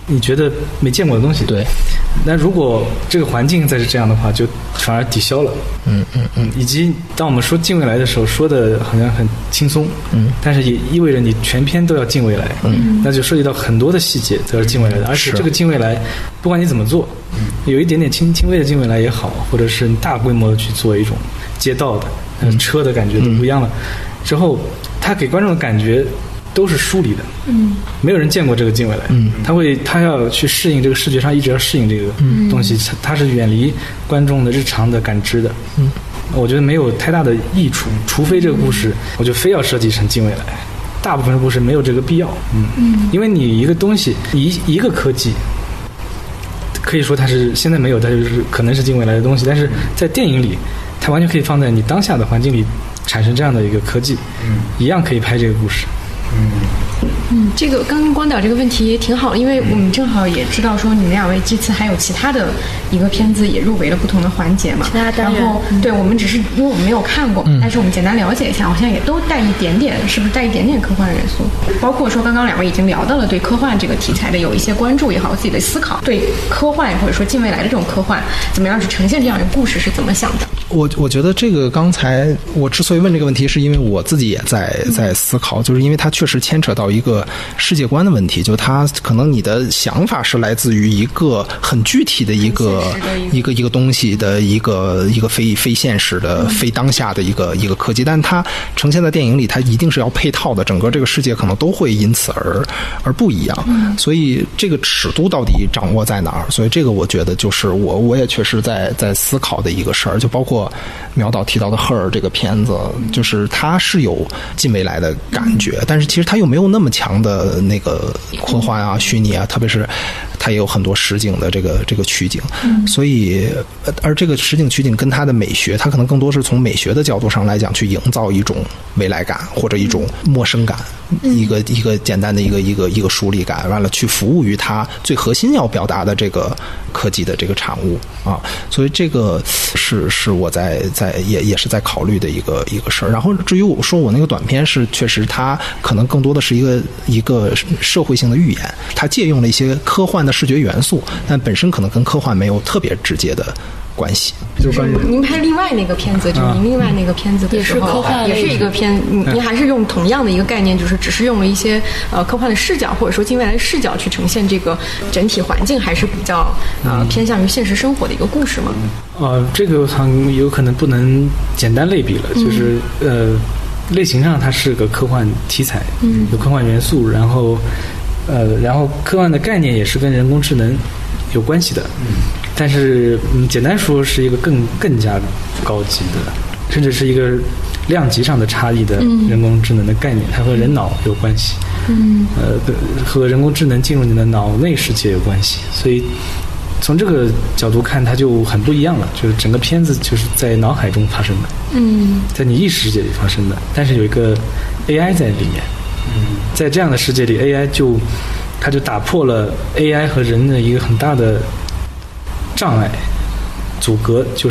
你觉得没见过的东西。 对。 那如果这个环境再是这样的话，就反而抵消了。以及当我们说近未来的时候，说的好像很轻松，但是也意味着你全篇都要近未来，那就涉及到很多的细节都是近未来的，而且这个近未来，不管你怎么做，有一点点轻微的近未来也好，或者是大规模的去做一种街道的、车的感觉都不一样了，之后它给观众的感觉都是疏离的，没有人见过这个近未来，他要去适应这个视觉上一直要适应这个东西，他是远离观众的日常的感知的，我觉得没有太大的益处，除非这个故事我就非要设计成近未来，大部分的故事没有这个必要，因为你一个东西一个科技，可以说它是现在没有，它就是可能是近未来的东西，但是在电影里，它完全可以放在你当下的环境里产生这样的一个科技，一样可以拍这个故事。 这个刚刚光导这个问题也挺好的，因为我们正好也知道说你们两位这次还有其他的一个片子也入围了不同的环节嘛， 其他单元。 然后对我们只是因为我们没有看过，但是我们简单了解一下，好像也都带一点点，是不是带一点点科幻元素？包括说刚刚两位已经聊到了对科幻这个题材的有一些关注也好，自己的思考，对科幻或者说近未来的这种科幻怎么样去呈现这样一个故事是怎么想的？ 我觉得这个刚才我之所以问这个问题，是因为我自己也在思考，就是因为它确实牵扯到一个世界观的问题，就它可能你的想法是来自于一个很具体的一个东西的一个非现实的非当下的一个科技，但它呈现在电影里，它一定是要配套的，整个这个世界可能都会因此而不一样，所以这个尺度到底掌握在哪儿？所以这个我觉得就是我也确实在思考的一个事儿，就包括苗导提到的《赫尔》这个片子，就是它是有近未来的感觉，但是其实它又没有那么强的那个科幻啊、虚拟啊，特别是它也有很多实景的这个取景，所以而这个实景取景跟它的美学，它可能更多是从美学的角度上来讲去营造一种未来感或者一种陌生感，一个简单的一个疏离感，完了去服务于它最核心要表达的这个科技的这个产物啊，所以这个是我也是在考虑的一个事儿。然后至于我说我那个短片是确实它可能更多的是一个社会性的寓言，它借用了一些科幻的视觉元素，但本身可能跟科幻没有特别直接的关系。 就是您拍另外那个片子，就是您另外那个片子的时候， 也是科幻， 也是一个片，您还是用同样的一个概念，就是只是用了一些科幻的视角或者说近未来的视角去呈现这个整体环境，还是比较偏向于现实生活的一个故事吗？ 这个好像有可能不能简单类比了，就是类型上它是个科幻题材，有科幻元素，然后科幻的概念也是跟人工智能有关系的，但是简单说是一个更加高级的，甚至是一个量级上的差异的人工智能的概念，它和人脑有关系，和人工智能进入你的脑内世界有关系，所以从这个角度看，它就很不一样了。就是整个片子就是在脑海中发生的，在你意识世界里发生的，但是有一个 AI 在里面，在这样的世界里 ，AI 它就打破了 AI 和人的一个很大的障碍阻隔，就是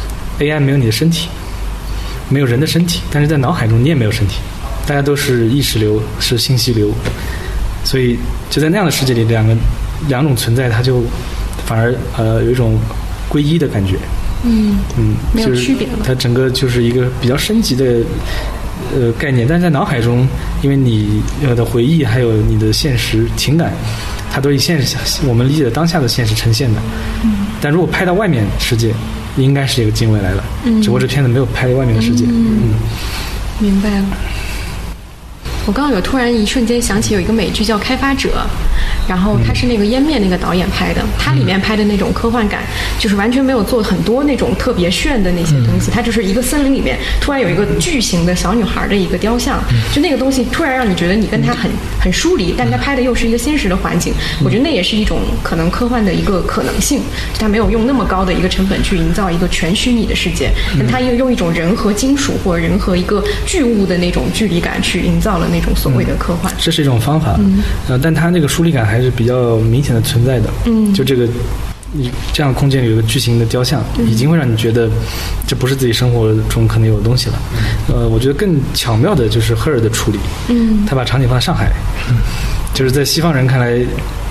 AI 没有你的身体，没有人的身体，但是在脑海中你也没有身体，大家都是意识流，是信息流，所以就在那样的世界里，两种存在，它就反而有一种归一的感觉， 没有区别了。 它整个就是一个比较升级的概念，但是在脑海中，因为你的回忆还有你的现实情感，它都以我们理解的当下的现实呈现的。但如果拍到外面世界，应该是一个近未来了。只不过这片子没有拍外面的世界。 明白了。我刚刚有突然一瞬间想起有一个美剧叫《开发者》，然后它是那个湮灭那个导演拍的，它里面拍的那种科幻感，就是完全没有做很多那种特别炫的那些东西，它就是一个森林里面突然有一个巨型的小女孩的一个雕像，就那个东西突然让你觉得你跟它很疏离，但它拍的又是一个现实的环境，我觉得那也是一种可能科幻的一个可能性，它没有用那么高的一个成本去营造一个全虚拟的世界，但它又用一种人和金属或者人和一个巨物的那种距离感去营造了那种所谓的科幻， 这是一种方法，但它那个疏离感还是比较明显的存在的，就这样的空间里有一个巨型的雕像，已经会让你觉得这不是自己生活中可能有的东西了。我觉得更巧妙的就是赫尔的处理，他把场景放在上海，就是在西方人看来，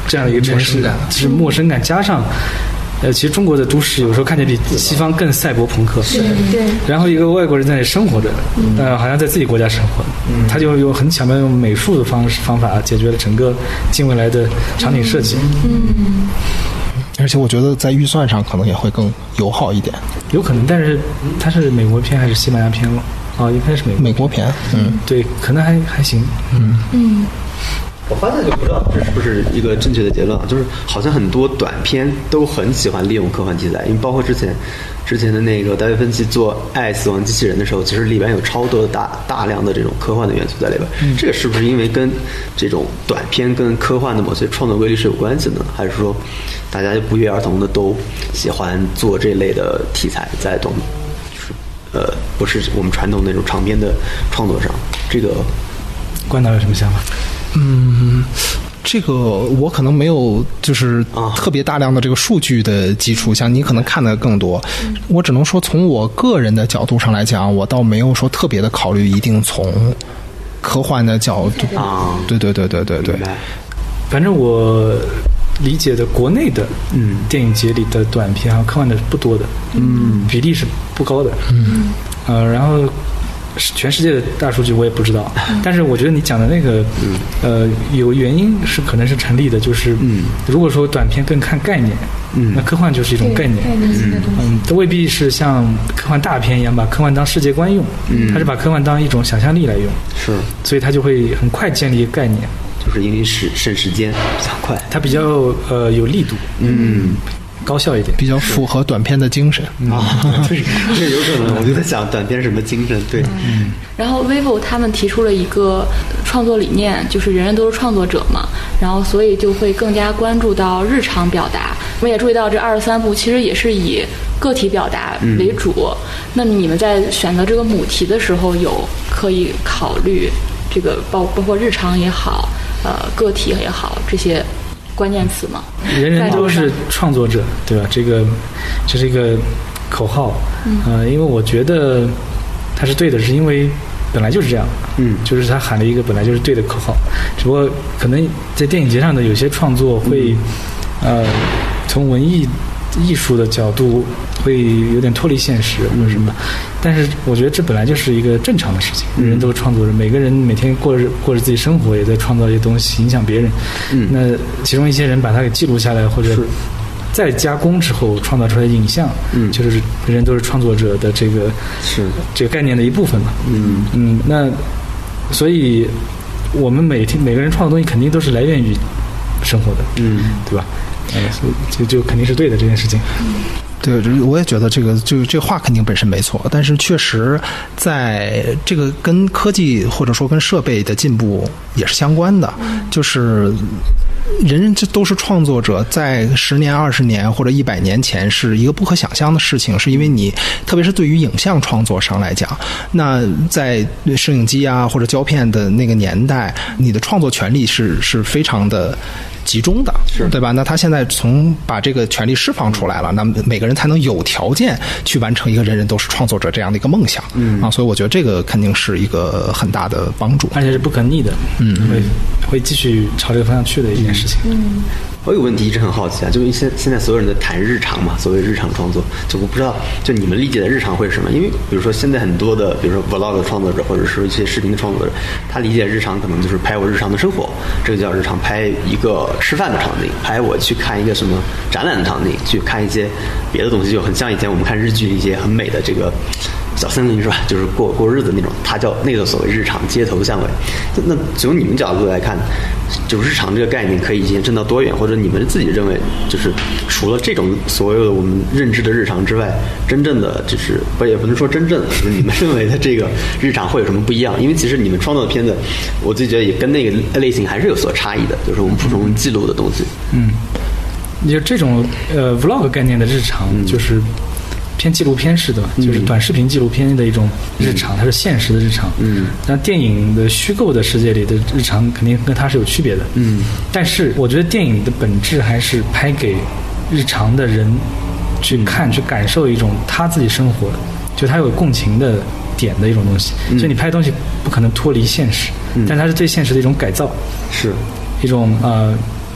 这样的一个城市，就是陌生感加上。其实中国的都市有时候看起来比西方更赛博朋克， 对。 然后一个外国人在那里生活着，好像在自己国家生活，他就用很巧妙用美术的方法解决了整个近未来的场景设计。 而且我觉得在预算上可能也会更友好一点。 有可能，但是它是美国片还是西班牙片了？应该是美国片。 对，可能还行。 我发现就不知道这是不是一个正确的结论啊，就是好像很多短片都很喜欢利用科幻题材，因为包括之前的那个达芬奇做《爱死亡机器人》的时候，其实里边有超多的大量的这种科幻的元素在里边。这个是不是因为跟这种短片跟科幻的某些创作规律是有关系的呢？还是说大家就不约而同的都喜欢做这类的题材在就是不是我们传统那种长篇的创作上？这个关导有什么想法？ 这个我可能没有就是特别大量的这个数据的基础，像你可能看的更多。我只能说从我个人的角度上来讲，我倒没有说特别的考虑一定从科幻的角度。对。 反正我理解的国内的电影节里的短片和科幻的不多的，比例是不高的。然后全世界的大数据我也不知道，但是我觉得你讲的那个，有原因是可能是成立的，就是如果说短片更看概念，那科幻就是一种概念，它未必是像科幻大片一样把科幻当世界观用，它是把科幻当一种想象力来用， 是， 所以它就会很快建立一个概念， 就是因为省时间比较快， 它比较有力度，高效一点， 比较符合短片的精神对，这有可能。我就在想短片什么精神，对。 然后 vivo 他们提出了一个创作理念，就是人人都是创作者嘛，然后所以就会更加关注到日常表达。我们也注意到这23部其实也是以个体表达为主。那么你们在选择这个母题的时候，有可以考虑这个包括日常也好，个体也好这些关键词吗？ 人人都是创作者，对吧？这是一个口号。因为我觉得它是对的，是因为本来就是这样。就是他喊了一个本来就是对的口号，只不过可能在电影节上的有些创作会，从文艺艺术的角度会有点脱离现实或者什么，但是我觉得这本来就是一个正常的事情。人人都是创作者，每个人每天过着自己生活，也在创造一些东西，影响别人。那其中一些人把它给记录下来，或者再加工之后创造出来的影像，就是人人都是创作者的这个概念的一部分嘛。那所以我们每个人创作东西肯定都是来源于生活的，对吧？所以就肯定是对的这件事情。 对，我也觉得这个话肯定本身没错，但是确实在这个跟科技或者说跟设备的进步也是相关的，就是人人都是创作者，在10年、20年或者100年前是一个不可想象的事情，是因为你特别是对于影像创作上来讲，那在摄影机啊或者胶片的那个年代，你的创作权利是非常的集中的，对吧？那他现在从把这个权利释放出来了，那每个人才能有条件去完成一个人人都是创作者这样的一个梦想。所以我觉得这个肯定是一个很大的帮助， 而且是不可逆的。会继续朝这个方向去的一件事情。 我有个问题一直很好奇啊，就是现在所有人在谈日常嘛，所谓日常创作，就我不知道，就你们理解的日常会是什么？因为比如说现在很多的，比如说 vlog 的创作者，或者是一些视频的创作者，他理解日常可能就是拍我日常的生活，这个叫日常；拍一个吃饭的场景，拍我去看一个什么展览的场景，去看一些别的东西，就很像以前我们看日剧一些很美的这个小森林是吧？就是过日子那种，它叫那个所谓日常街头巷尾。那从你们角度来看，就日常这个概念可以延伸到多远，或者你们自己认为，就是除了这种所有的我们认知的日常之外，真正的就是也不能说真正的，就是你们认为的这个日常会有什么不一样？因为其实你们创作的片子，我自己觉得也跟那个类型还是有所差异的，就是我们普通记录的东西。 就这种vlog 概念的日常，就是偏纪录片式的，就是短视频纪录片的一种日常，它是现实的日常。那电影的虚构的世界里的日常肯定跟它是有区别的。但是我觉得电影的本质还是拍给日常的人去看、去感受一种他自己生活，就他有共情的点的一种东西。所以你拍的东西不可能脱离现实，但它是对现实的一种改造， 是一种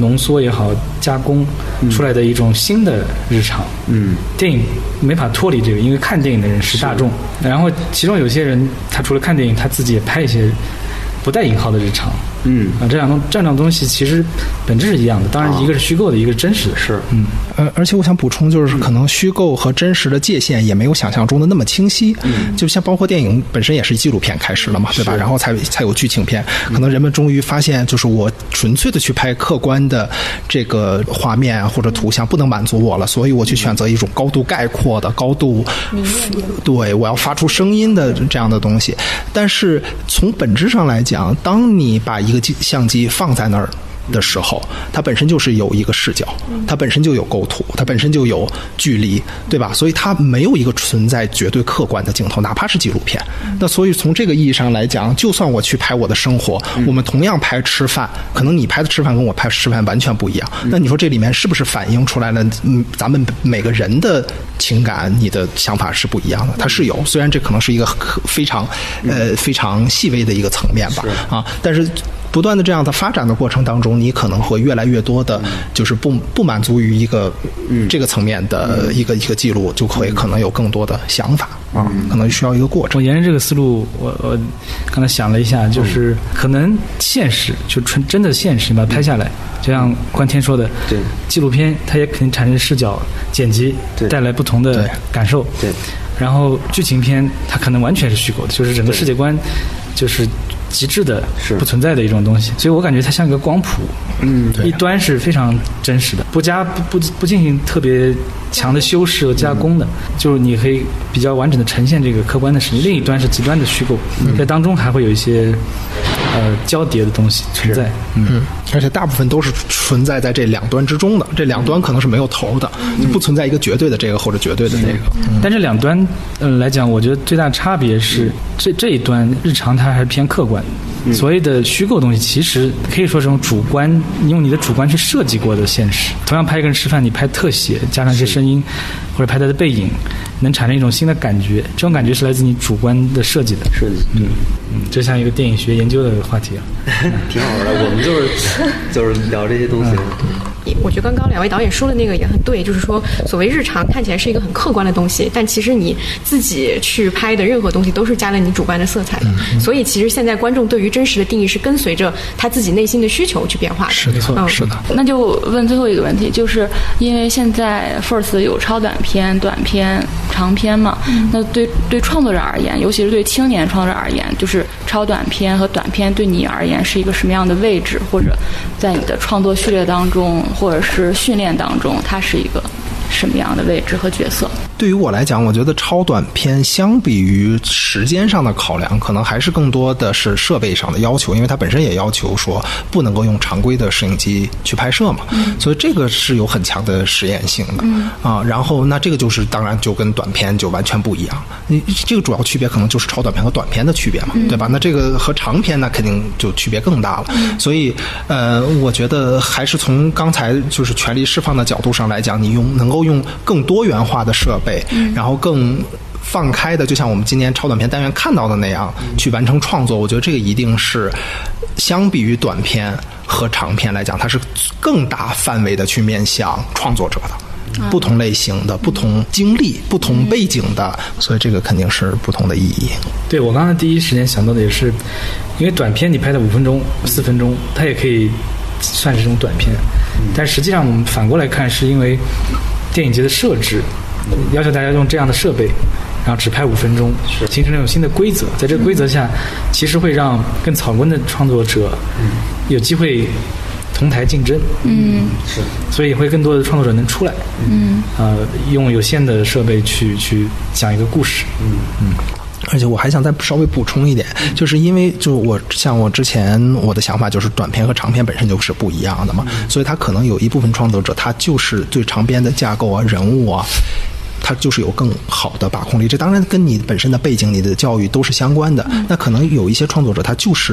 浓缩也好，加工出来的一种新的日常。电影没法脱离这个，因为看电影的人是大众，然后其中有些人他除了看电影，他自己也拍一些不带引号的日常。这两种东西其实本质是一样的，当然一个是虚构的，一个是真实的。 是， 而且我想补充，就是可能虚构和真实的界限也没有想象中的那么清晰。就像包括电影本身也是纪录片开始了嘛，对吧？然后才有剧情片。可能人们终于发现，就是我纯粹的去拍客观的这个画面或者图像不能满足我了，所以我去选择一种高度概括的、高度对我要发出声音的这样的东西。但是从本质上来讲，当你把一个相机放在那儿的时候，它本身就是有一个视角，它本身就有构图，它本身就有距离，对吧？所以它没有一个存在绝对客观的镜头，哪怕是纪录片。那所以从这个意义上来讲，就算我去拍我的生活，我们同样拍吃饭，可能你拍的吃饭跟我拍吃饭完全不一样。那你说这里面是不是反映出来了咱们每个人的情感，你的想法是不一样的？它是有，虽然这可能是一个非常非常细微的一个层面吧，但是不断的这样的发展的过程当中，你可能会越来越多的，就是不满足于一个这个层面的一个记录，就会可能有更多的想法可能需要一个过程。 我沿着这个思路，我刚才想了一下，就是可能现实就真的现实，把它拍下来，就像关天说的， 对， 纪录片它也肯定产生视角剪辑，带来不同的感受。对，然后剧情片它可能完全是虚构的，就是整个世界观就是极致的不存在的一种东西，所以我感觉它像一个光谱，一端是非常真实的，不进行特别强的修饰和加工的，就是你可以比较完整的呈现这个客观的事情。另一端是极端的虚构，在当中还会有一些交叠的东西存在。 而且大部分都是存在在这两端之中的，这两端可能是没有头的，不存在一个绝对的这个或者绝对的那个。 但这两端来讲，我觉得最大的差别是这一端日常它还是偏客观。所谓的虚构东西，其实可以说是种主观，用你的主观去设计过的现实。同样拍一个人吃饭，你拍特写加上一些声音，或者拍他的背影，能产生一种新的感觉。这种感觉是来自你主观的设计的。 设计， 就像一个电影学研究的话题挺好玩的。我们就是聊这些东西。 我觉得刚刚两位导演说的那个也很对，就是说所谓日常看起来是一个很客观的东西，但其实你自己去拍的任何东西都是加了你主观的色彩的。所以其实现在观众对于真实的定义是跟随着他自己内心的需求去变化的。 是的，是的。 那就问最后一个问题，就是因为现在 First 有超短片、短片、长片嘛，那对创作者而言，尤其是对青年创作者而言，就是超短片和短片对你而言是一个什么样的位置，或者在你的创作序列当中或者是训练当中，它是一个什么样的位置和角色？ 对于我来讲，我觉得超短片相比于时间上的考量，可能还是更多的是设备上的要求，因为它本身也要求说不能够用常规的摄影机去拍摄嘛，所以这个是有很强的实验性的然后那这个就是当然就跟短片就完全不一样，这个主要区别可能就是超短片和短片的区别嘛，对吧？那这个和长片那肯定就区别更大了，所以我觉得还是从刚才就是权力释放的角度上来讲，你能够用更多元化的设备，然后更放开的，就像我们今年超短片单元看到的那样去完成创作，我觉得这个一定是相比于短片和长片来讲，它是更大范围的去面向创作者的，不同类型的、不同经历、不同背景的，所以这个肯定是不同的意义。 对，我刚才第一时间想到的也是，因为短片你拍的5分钟、4分钟，它也可以算是这种短片，但实际上我们反过来看，是因为电影节的设置要求大家用这样的设备，然后只拍5分钟，形成了一种新的规则。在这个规则下，其实会让更草根的创作者有机会同台竞争，是，所以会更多的创作者能出来，用有限的设备去讲一个故事， 而且我还想再稍微补充一点，就是因为就我之前我的想法就是短片和长片本身就是不一样的嘛，所以他可能有一部分创作者他就是对长篇的架构啊、人物啊，它就是有更好的把控力，这当然跟你本身的背景、你的教育都是相关的。那可能有一些创作者他就是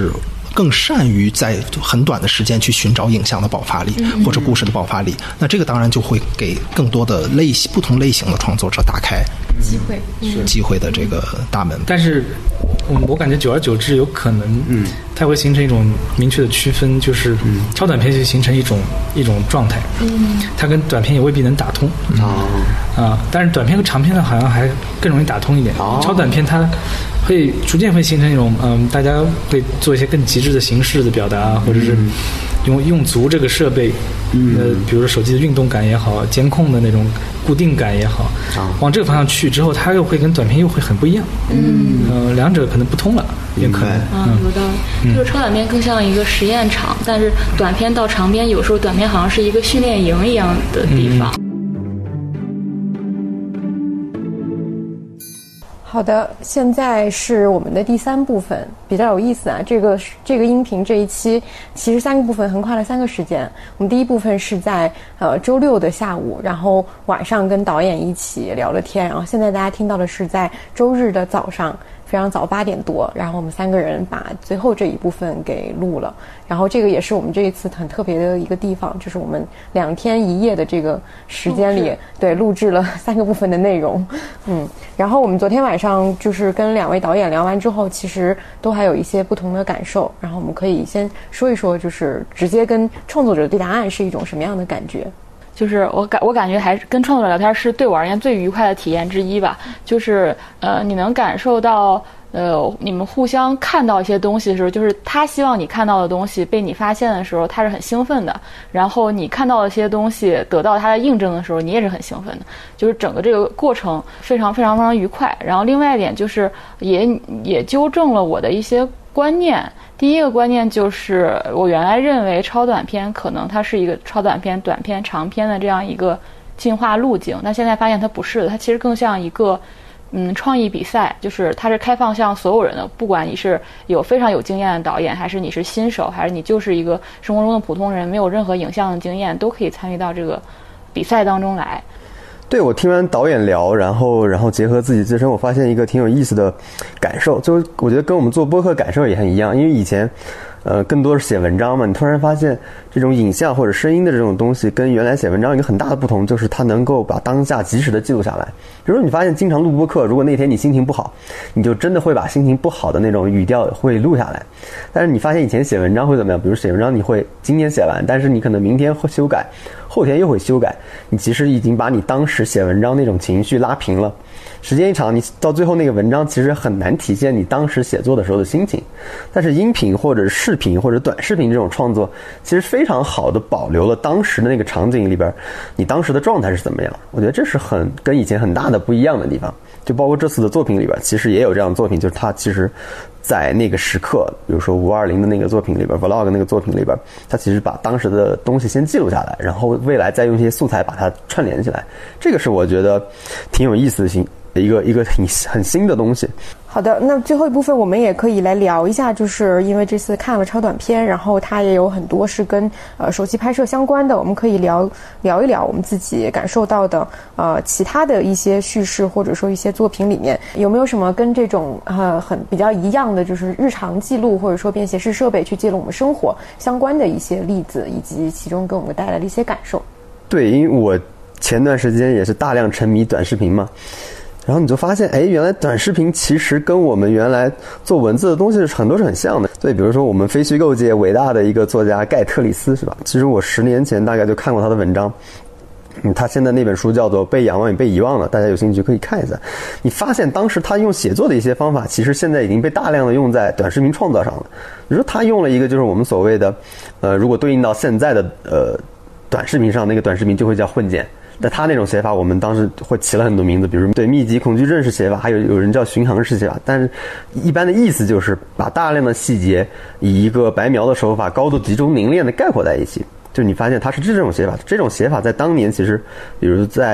更善于在很短的时间去寻找影像的爆发力或者故事的爆发力。那这个当然就会给更多的不同类型的创作者打开机会的这个大门。 但是我感觉久而久之有可能它会形成一种明确的区分，就是超短片就形成一种状态，它跟短片也未必能打通但是短片和长片呢好像还更容易打通一点。超短片它会逐渐会形成一种大家会做一些更极致的形式的表达，或者是用足这个设备，比如说手机的运动感也好，监控的那种固定感也好，往这个方向去之后，它又会跟短片又会很不一样。两者可能不通了，也可能。 有道理。就是超短片更像一个实验场，但是短片到长片，有时候短片好像是一个训练营一样的地方。 好的，现在是我们的第3部分，比较有意思啊。这个音频这一期其实3个部分横跨了3个时间。我们第一部分是在周6的下午，然后晚上跟导演一起聊了天，然后现在大家听到的是在周日的早上。非常早8点多，然后我们3个人把最后这一部分给录了，然后这个也是我们这一次很特别的一个地方，就是我们2天1夜的这个时间里，录制了3个部分的内容。然后我们昨天晚上就是跟2位导演聊完之后，其实都还有一些不同的感受，然后我们可以先说一说，就是直接跟创作者对答案是一种什么样的感觉。 就是我感觉还是跟创作者聊天是对我而言最愉快的体验之一吧。就是你能感受到你们互相看到一些东西的时候，就是他希望你看到的东西被你发现的时候，他是很兴奋的。然后你看到的一些东西得到他的印证的时候，你也是很兴奋的。就是整个这个过程非常非常非常愉快。然后另外一点就是也纠正了我的一些观念。第一个观念就是我原来认为超短片可能它是一个超短片、短片、长片的这样一个进化路径，但现在发现它不是的，它其实更像一个创意比赛，就是它是开放向所有人的，不管你是非常有经验的导演，还是你是新手，还是你就是一个生活中的普通人，没有任何影像的经验，都可以参与到这个比赛当中来。 对，我听完导演聊，然后结合自己自身，我发现一个挺有意思的感受，就是我觉得跟我们做播客感受也很一样，因为以前更多是写文章嘛，你突然发现这种影像或者声音的这种东西跟原来写文章一个很大的不同，就是它能够把当下及时的记录下来。比如说你发现经常录播客，如果那天你心情不好，你就真的会把心情不好的那种语调会录下来。但是你发现以前写文章会怎么样？比如写文章你会今天写完，但是你可能明天会修改，后天又会修改，你其实已经把你当时写文章那种情绪拉平了。时间一长，你到最后那个文章其实很难体现你当时写作的时候的心情。但是音频或者视频或者短视频这种创作，其实非常好的保留了当时的那个场景里边你当时的状态是怎么样。我觉得这是跟以前很大的不一样的地方。就包括这次的作品里边，其实也有这样的作品，就是它其实在那个时刻，比如说520的那个作品里边 vlog 那个作品里边，它其实把当时的东西先记录下来，然后未来再用一些素材把它串联起来。这个是我觉得挺有意思的一个很新的东西。 好的，那最后一部分我们也可以来聊一下，就是因为这次看了超短片，然后它也有很多是跟手机拍摄相关的，我们可以聊一聊我们自己感受到的其他的一些叙事或者说一些作品里面有没有什么跟这种很比较一样的，就是日常记录或者说便携式设备去记录我们生活相关的一些例子，以及其中给我们带来的一些感受。 对，因为我前段时间也是大量沉迷短视频嘛。然后你就发现，原来短视频其实跟我们原来做文字的东西很多是很像的。对，比如说我们非虚构界伟大的一个作家盖特里斯，是吧？其实我10年前大概就看过他的文章。他现在那本书叫做《被仰望与被遗忘》了，大家有兴趣可以看一下。你发现当时他用写作的一些方法，其实现在已经被大量的用在短视频创作上了。比如说他用了一个就是我们所谓的，如果对应到现在的短视频上，那个短视频就会叫混剪。但他那种写法，我们当时会起了很多名字，比如对密集恐惧症式写法，还有人叫巡航式写法。但是一般的意思就是把大量的细节以一个白描的手法高度集中凝练的概括在一起。就你发现它是这种写法，这种写法在当年其实，比如在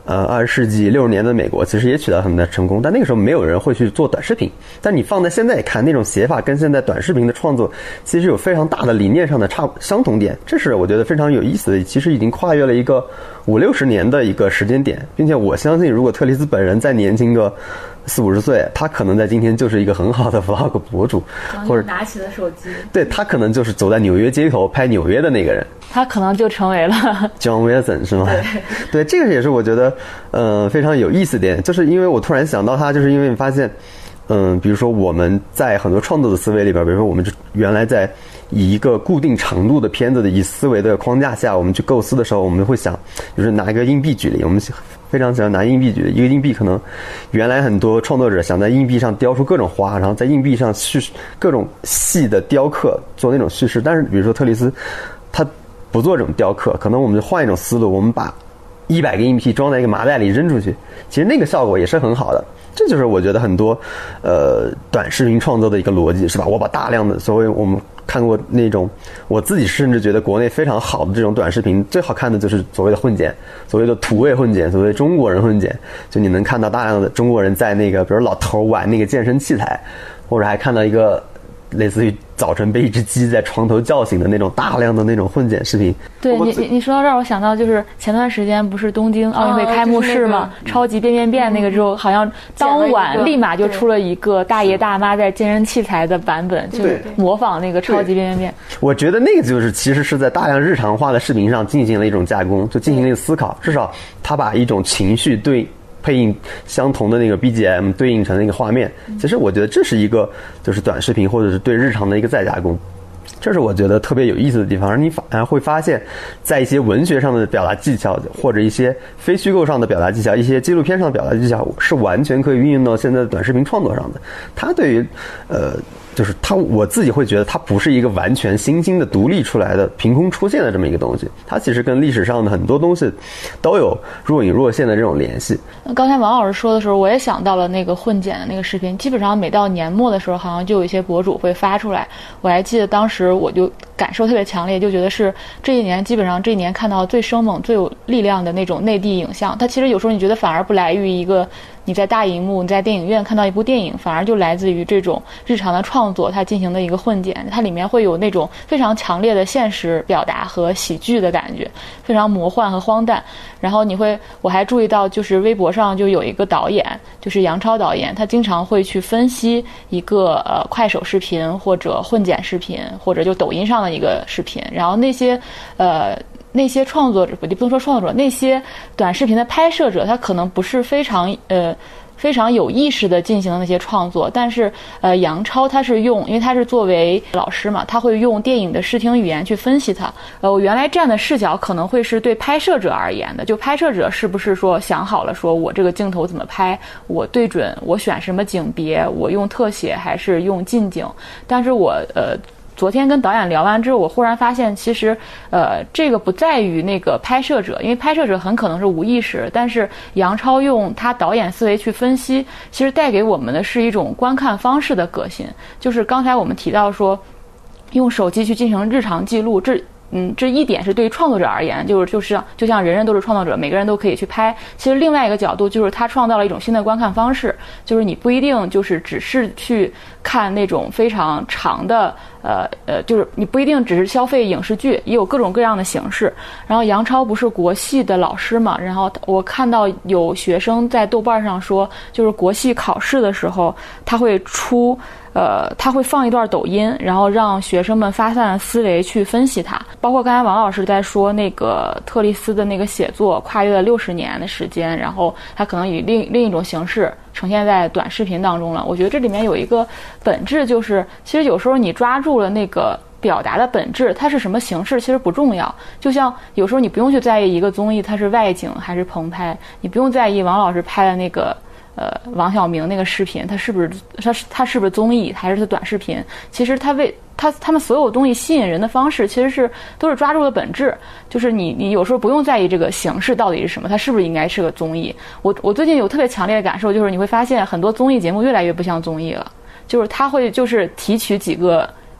20世纪60年的美国其实也取得很大的成功，但那个时候没有人会去做短视频。但你放在现在看，那种写法跟现在短视频的创作其实有非常大的理念上的相同点，这是我觉得非常有意思的，其实已经跨越了一个50-60年的一个时间点，并且我相信如果特丽斯本人再年轻个40-50岁，他可能在今天就是一个很好的 vlog 博主，或者拿起了手机， 对，他可能就是走在纽约街头拍纽约的那个人， 他可能就成为了 John Wilson 是吗？对，这个也是我觉得非常有意思点，就是因为我突然想到他，就是因为你发现比如说我们在很多创作的思维里边，比如说我们原来在以一个固定长度的片子的以思维的框架下，我们去构思的时候，我们会想，就是拿一个硬币举例，我们非常喜欢拿硬币举例，一个硬币可能原来很多创作者想在硬币上雕出各种花，然后在硬币上各种细的雕刻做那种叙事，但是比如说特丽斯他不做这种雕刻，可能我们就换一种思路，我们把100个硬币装在一个麻袋里扔出去，其实那个效果也是很好的。这就是我觉得很多短视频创作的一个逻辑，是吧？我把大量的所谓我们看过那种，我自己甚至觉得国内非常好的这种短视频，最好看的就是所谓的混剪，所谓的土味混剪，所谓中国人混剪，就你能看到大量的中国人在那个比如老头玩那个健身器材，或者还看到一个类似于早晨被一只鸡在床头叫醒的那种大量的那种混剪视频。 对，你说到这儿，我想到就是前段时间不是东京奥运会开幕式嘛，超级变变变那个之后，好像当晚立马就出了一个大爷大妈在健身器材的版本，就是模仿那个超级变变变。 我觉得那个就是其实是在大量日常化的视频上进行了一种加工，就进行了一个思考，至少他把一种情绪对配应相同的那个 BGM 对应成那个画面，其实我觉得这是一个就是短视频或者是对日常的一个再加工，这是我觉得特别有意思的地方。而你反而会发现在一些文学上的表达技巧，或者一些非虚构上的表达技巧，一些纪录片上的表达技巧，是完全可以运用到现在的短视频创作上的。它对于就是它，我自己会觉得它不是一个完全新兴的独立出来的凭空出现的这么一个东西，它其实跟历史上的很多东西都有若隐若现的这种联系。 刚才王老师说的时候，我也想到了那个混剪的那个视频，基本上每到年末的时候，好像就有一些博主会发出来。我还记得当时我就感受特别强烈，就觉得是这一年基本上这一年看到最生猛、最有力量的那种内地影像。它其实有时候你觉得反而不来于一个你在大荧幕、你在电影院看到一部电影，反而就来自于这种日常的创作，它进行的一个混剪，它里面会有那种非常强烈的现实表达和喜剧的感觉，非常魔幻和荒诞。然后我还注意到，就是微博上就有一个导演，就是杨超导演，他经常会去分析一个快手视频或者混剪视频，或者就抖音上的一个视频，然后那些创作者，不能说创作者，那些短视频的拍摄者，他可能不是非常有意识的进行的那些创作，但是杨超他是因为他是作为老师嘛，他会用电影的视听语言去分析它。我原来站的视角可能会是对拍摄者而言的，就拍摄者是不是说想好了说我这个镜头怎么拍，我对准我选什么景别，我用特写还是用近景，但是我昨天跟导演聊完之后，我忽然发现，其实，这个不在于那个拍摄者，因为拍摄者很可能是无意识，但是杨超用他导演思维去分析，其实带给我们的是一种观看方式的革新。就是刚才我们提到说，用手机去进行日常记录，这一点是对于创作者而言，就像人人都是创作者，每个人都可以去拍。其实另外一个角度就是他创造了一种新的观看方式，就是你不一定就是只是去看那种非常长的就是你不一定只是消费影视剧，也有各种各样的形式。然后杨超不是国系的老师嘛，然后我看到有学生在豆瓣上说，就是国系考试的时候他会放一段抖音，然后让学生们发散思维去分析它。包括刚才王老师在说那个特丽斯的那个写作跨越了60年的时间，然后它可能以另一种形式呈现在短视频当中了。我觉得这里面有一个本质，就是其实有时候你抓住了那个表达的本质，它是什么形式其实不重要。就像有时候你不用去在意一个综艺它是外景还是棚拍，你不用在意王老师拍的那个王晓明那个视频，他是不是综艺还是他短视频？其实他们所有东西吸引人的方式，其实都是抓住了本质。就是你有时候不用在意这个形式到底是什么，它是不是应该是个综艺。我最近有特别强烈的感受，就是你会发现很多综艺节目越来越不像综艺了，就是他会就是提取几个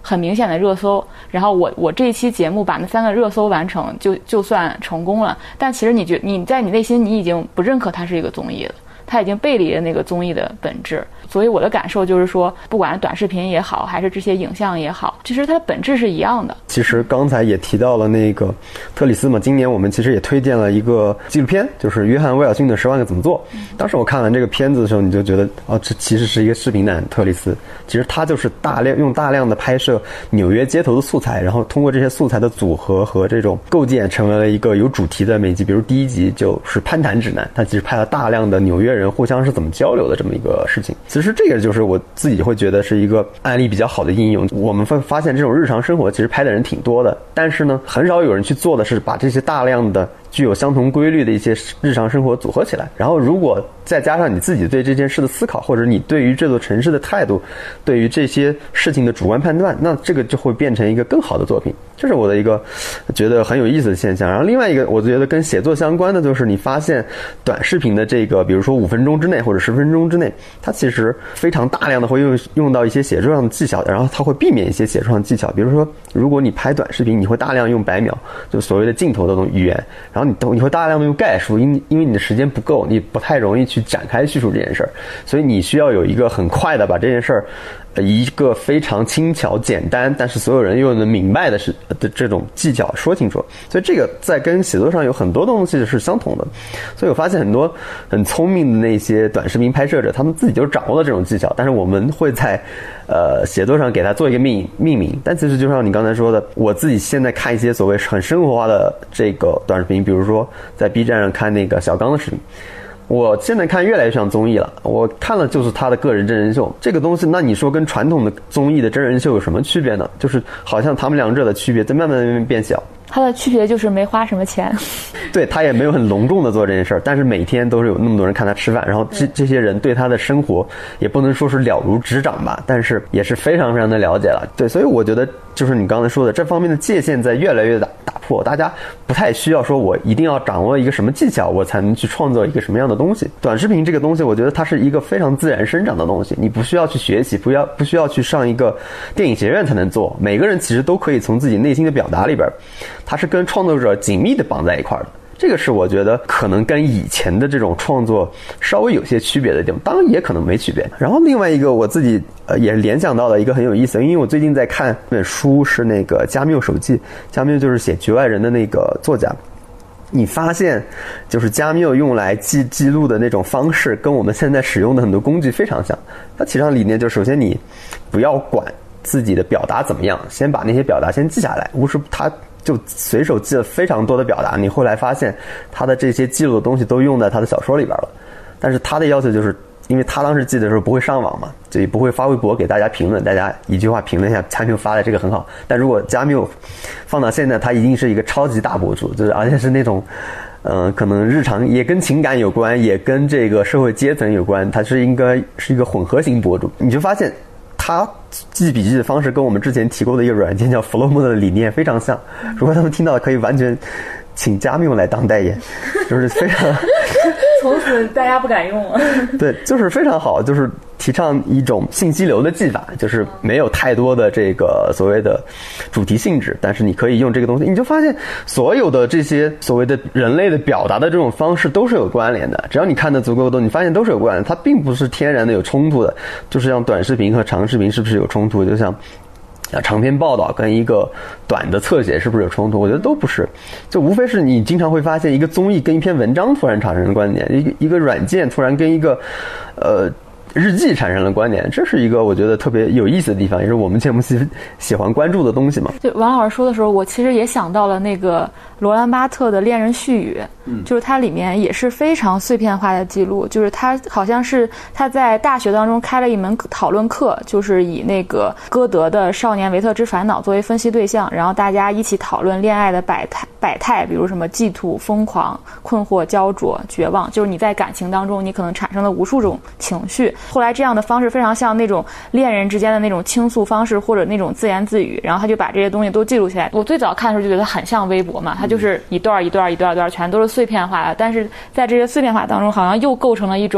很明显的热搜，然后我这一期节目把那3个热搜完成，就算成功了。但其实你在你内心你已经不认可它是一个综艺了，它已经背离了那个综艺的本质。所以我的感受就是说，不管是短视频也好，还是这些影像也好，其实它的本质是一样的。 其实刚才也提到了那个特里斯嘛，今年我们其实也推荐了一个纪录片，就是约翰威尔逊的10万个怎么做。当时我看完这个片子的时候，你就觉得这其实是一个视频男特里斯，其实他就是用大量的拍摄纽约街头的素材，然后通过这些素材的组合和这种构建，成为了一个有主题的每集。比如第1集就是攀谈指南，他其实拍了大量的纽约人互相是怎么交流的这么一个事情。其实这个就是我自己会觉得是一个案例比较好的应用。我们会发现这种日常生活其实拍的人挺多的，但是呢，很少有人去做的是把这些大量的具有相同规律的一些日常生活组合起来，然后如果再加上你自己对这件事的思考，或者你对于这座城市的态度，对于这些事情的主观判断，那这个就会变成一个更好的作品。这是我的一个觉得很有意思的现象。然后另外一个我觉得跟写作相关的就是你发现短视频的这个比如说5分钟之内或者10分钟之内，它其实非常大量的会用到一些写作上的技巧，然后它会避免一些写作上的技巧。比如说如果你拍短视频，你会大量用100秒，就所谓的镜头的这种语言，然后你会大量的用概述，因为你的时间不够，你不太容易去展开叙述这件事儿，所以你需要有一个很快的把这件事儿一个非常轻巧简单但是所有人又能明白的这种技巧说清楚。所以这个在跟写作上有很多东西是相同的。所以我发现很多很聪明的那些短视频拍摄者，他们自己就掌握了这种技巧，但是我们会在写作上给它做一个命名。但其实就像你刚才说的，我自己现在看一些所谓很生活化的这个短视频，比如说在 B 站上看那个小刚的视频，我现在看越来越像综艺了。我看了就是他的个人真人秀这个东西，那你说跟传统的综艺的真人秀有什么区别呢？就是好像他们两者的区别在慢慢变小。 它的区别就是没花什么钱， 对，他也没有很隆重的做这件事儿，但是每天都是有那么多人看他吃饭，然后这些人对他的生活也不能说是了如指掌吧，但是也是非常非常的了解了。对，所以我觉得就是你刚才说的这方面的界限在越来越打破，大家不太需要说我一定要掌握一个什么技巧我才能去创造一个什么样的东西。短视频这个东西我觉得它是一个非常自然生长的东西，你不需要去学习，不需要去上一个电影学院才能做，每个人其实都可以从自己内心的表达里边，它是跟创作者紧密的绑在一块的。这个是我觉得可能跟以前的这种创作稍微有些区别的地方，当然也可能没区别。然后另外一个我自己也联想到了一个很有意思，因为我最近在看一本书，是那个加缪手记，加缪就是写《局外人》的那个作家。你发现就是加缪用来记录的那种方式跟我们现在使用的很多工具非常像。他提倡的理念就是首先你不要管自己的表达怎么样，先把那些表达先记下来。无是他就随手记了非常多的表达，你后来发现他的这些记录的东西都用在他的小说里边了。但是他的要求就是因为他当时记的时候不会上网嘛，所以不会发微博给大家评论，大家一句话评论一下加缪发的这个很好。但如果加缪放到现在，他一定是一个超级大博主，就是而且是那种可能日常也跟情感有关，也跟这个社会阶层有关，他是应该是一个混合型博主。你就发现他记笔记的方式跟我们之前提过的一个软件叫 Flowmo 的理念非常像。如果他们听到可以完全请加缪来当代言，就是非常从此大家不敢用了。 对，就是非常好，就是提倡一种信息流的技法，就是没有太多的这个所谓的主题性质，但是你可以用这个东西，你就发现所有的这些所谓的人类的表达的这种方式都是有关联的。只要你看的足够多，你发现都是有关联，它并不是天然的有冲突的。就是像短视频和长视频是不是有冲突，就像长篇报道跟一个短的侧写是不是有冲突？我觉得都不是，就无非是你经常会发现一个综艺跟一篇文章突然产生了关联，一个软件突然跟一个日记产生了关联，这是一个我觉得特别有意思的地方，也是我们节目喜欢关注的东西嘛。 就王老师说的时候，我其实也想到了那个罗兰巴特的《恋人絮语》，就是它里面也是非常碎片化的记录，就是他好像是他在大学当中开了一门讨论课，就是以那个歌德的《少年维特之烦恼》作为分析对象，然后大家一起讨论恋爱的百态，比如什么嫉妒、疯狂、困惑、焦灼、绝望，就是你在感情当中你可能产生了无数种情绪。后来这样的方式非常像那种恋人之间的那种倾诉方式，或者那种自言自语，然后他就把这些东西都记录起来。我最早看的时候就觉得很像微博嘛，它就是一段一段一段一段全都是碎片化的，但是在这些碎片化当中好像又构成了一种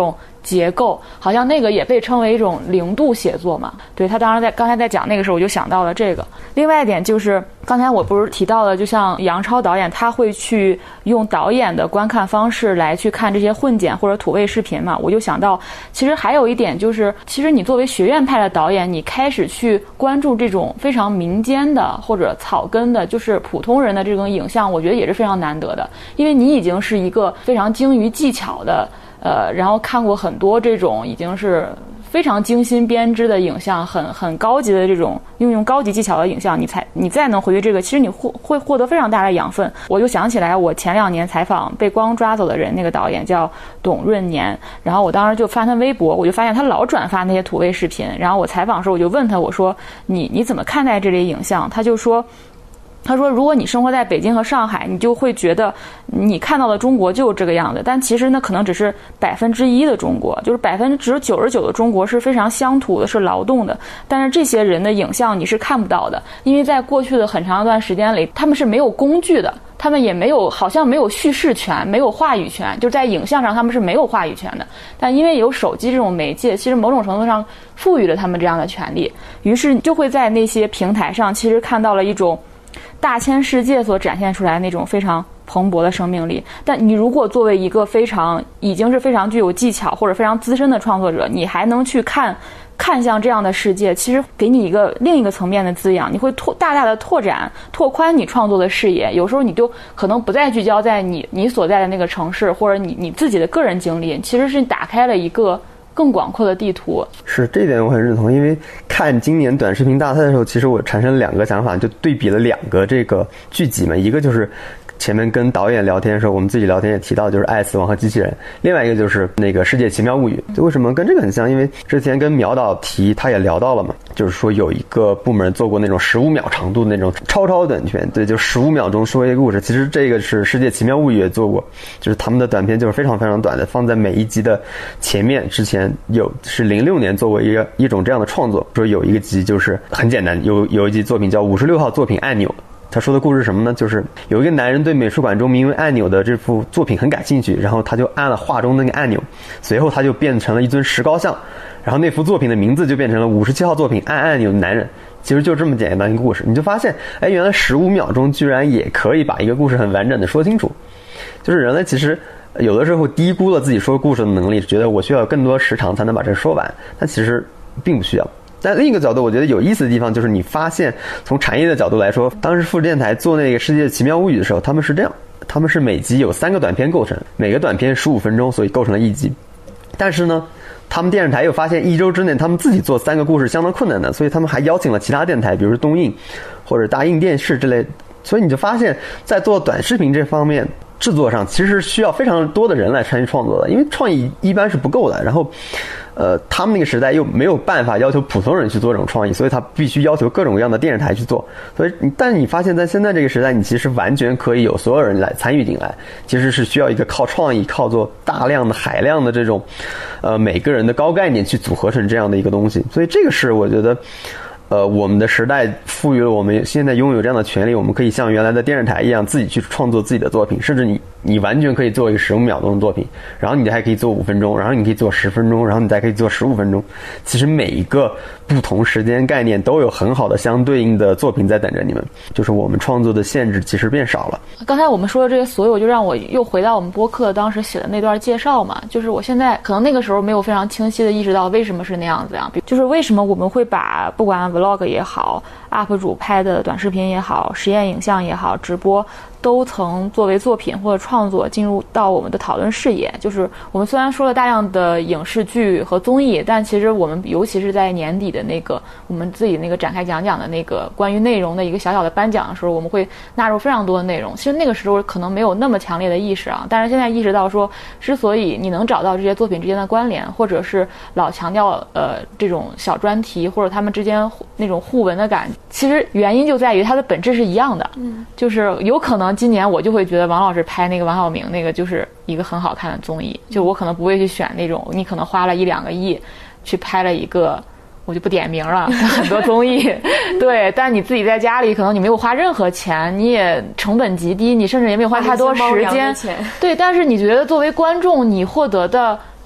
结构，好像那个也被称为一种零度写作嘛。对，他当然刚才在讲那个时候，我就想到了这个。另外一点就是刚才我不是提到了，就像杨超导演，他会去用导演的观看方式来去看这些混剪或者土味视频嘛，我就想到其实还有一点就是，其实你作为学院派的导演，你开始去关注这种非常民间的或者草根的，就是普通人的这种影像，我觉得也是非常难得的，因为你已经是一个非常精于技巧的然后看过很多这种已经是非常精心编织的影像，很高级的这种运用高级技巧的影像，你再能回去这个，其实你会获得非常大的养分。我就想起来我前2年采访被光抓走的人，那个导演叫董润年，然后我当时就翻他微博，我就发现他老转发那些土味视频，然后我采访的时候我就问他，我说你怎么看待这类影像？他说如果你生活在北京和上海，你就会觉得你看到的中国就是这个样子，但其实呢可能只是1%的中国，就是99%的中国是非常乡土的，是劳动的，但是这些人的影像你是看不到的，因为在过去的很长一段时间里他们是没有工具的，他们也好像没有叙事权，没有话语权，就是在影像上他们是没有话语权的，但因为有手机这种媒介，其实某种程度上赋予了他们这样的权利，于是就会在那些平台上其实看到了一种大千世界所展现出来那种非常蓬勃的生命力。但你如果作为一个已经是非常具有技巧或者非常资深的创作者，你还能去看向这样的世界，其实给你另一个层面的滋养，你会大大的拓宽你创作的视野。有时候你就可能不再聚焦在你所在的那个城市或者你自己的个人经历，其实是打开了一个更广阔的地图。 是，这一点我很认同。因为看今年短视频大赛的时候，其实我产生了2个想法，就对比了2个这个剧集嘛，一个就是前面跟导演聊天的时候，我们自己聊天也提到，就是《爱死亡和机器人》，另外一个就是那个《世界奇妙物语》。就为什么跟这个很像？因为之前跟苗导提，他也聊到了嘛，就是说有一个部门做过那种15秒长度的那种超短片，对，就15秒钟说一个故事。其实这个是《世界奇妙物语》也做过，就是他们的短片就是非常非常短的，放在每一集的前面。之前是06年做过一种这样的创作，说有一个集就是很简单，有一集作品叫56号作品按钮。他说的故事是什么呢？就是有一个男人对美术馆中名为按钮的这幅作品很感兴趣，然后他就按了画中那个按钮，随后他就变成了一尊石膏像，然后那幅作品的名字就变成了57号作品按按钮的男人。其实就这么简单一个故事，你就发现原来15秒钟居然也可以把一个故事很完整的说清楚。就是人类其实有的时候低估了自己说故事的能力，觉得我需要更多时长才能把这说完，但其实并不需要。但另一个角度，我觉得有意思的地方就是你发现从产业的角度来说，当时富士电台做那个《世界奇妙物语》的时候，他们是这样，他们是每集有3个短片构成，每个短片15分钟，所以构成了1集。但是呢，他们电视台又发现1周之内他们自己做3个故事相当困难的，所以他们还邀请了其他电台，比如说东映或者大映电视之类。所以你就发现在做短视频这方面制作上，其实需要非常多的人来参与创作的，因为创意一般是不够的。然后他们那个时代又没有办法要求普通人去做这种创意，所以他必须要求各种各样的电视台去做。所以但你发现在现在这个时代，你其实完全可以有所有人来参与进来，其实是需要一个靠创意靠做大量的海量的这种每个人的高概念去组合成这样的一个东西。所以这个是我觉得我们的时代赋予了我们现在拥有这样的权利，我们可以像原来的电视台一样自己去创作自己的作品，甚至你完全可以做一个15秒钟的作品，然后你还可以做5分钟，然后你可以做10分钟，然后你再可以做15分钟。其实每一个不同时间概念都有很好的相对应的作品在等着你们，就是我们创作的限制其实变少了。 刚才我们说的这些所有，就让我又回到我们播客当时写的那段介绍嘛，就是我现在可能那个时候没有非常清晰的意识到为什么是那样子呀，就是为什么我们会把不管 vlog 也好， UP 主拍的短视频也好，实验影像也好，直播都曾作为作品或者创作进入到我们的讨论视野。就是我们虽然说了大量的影视剧和综艺，但其实我们尤其是在年底的那个我们自己那个展开讲的那个关于内容的一个小小的颁奖的时候，我们会纳入非常多的内容。其实那个时候可能没有那么强烈的意识啊，但是现在意识到说，之所以你能找到这些作品之间的关联，或者是老强调这种小专题或者他们之间那种互文的感觉，其实原因就在于它的本质是一样的。就是有可能今年我就会觉得王老师拍那个王晓明那个就是一个很好看的综艺，就我可能不会去选那种你可能花了1-2个亿去拍了一个，我就不点名了，很多综艺对，但你自己在家里可能你没有花任何钱，你也成本极低，你甚至也没有花太多时间，对，但是你觉得作为观众你获得的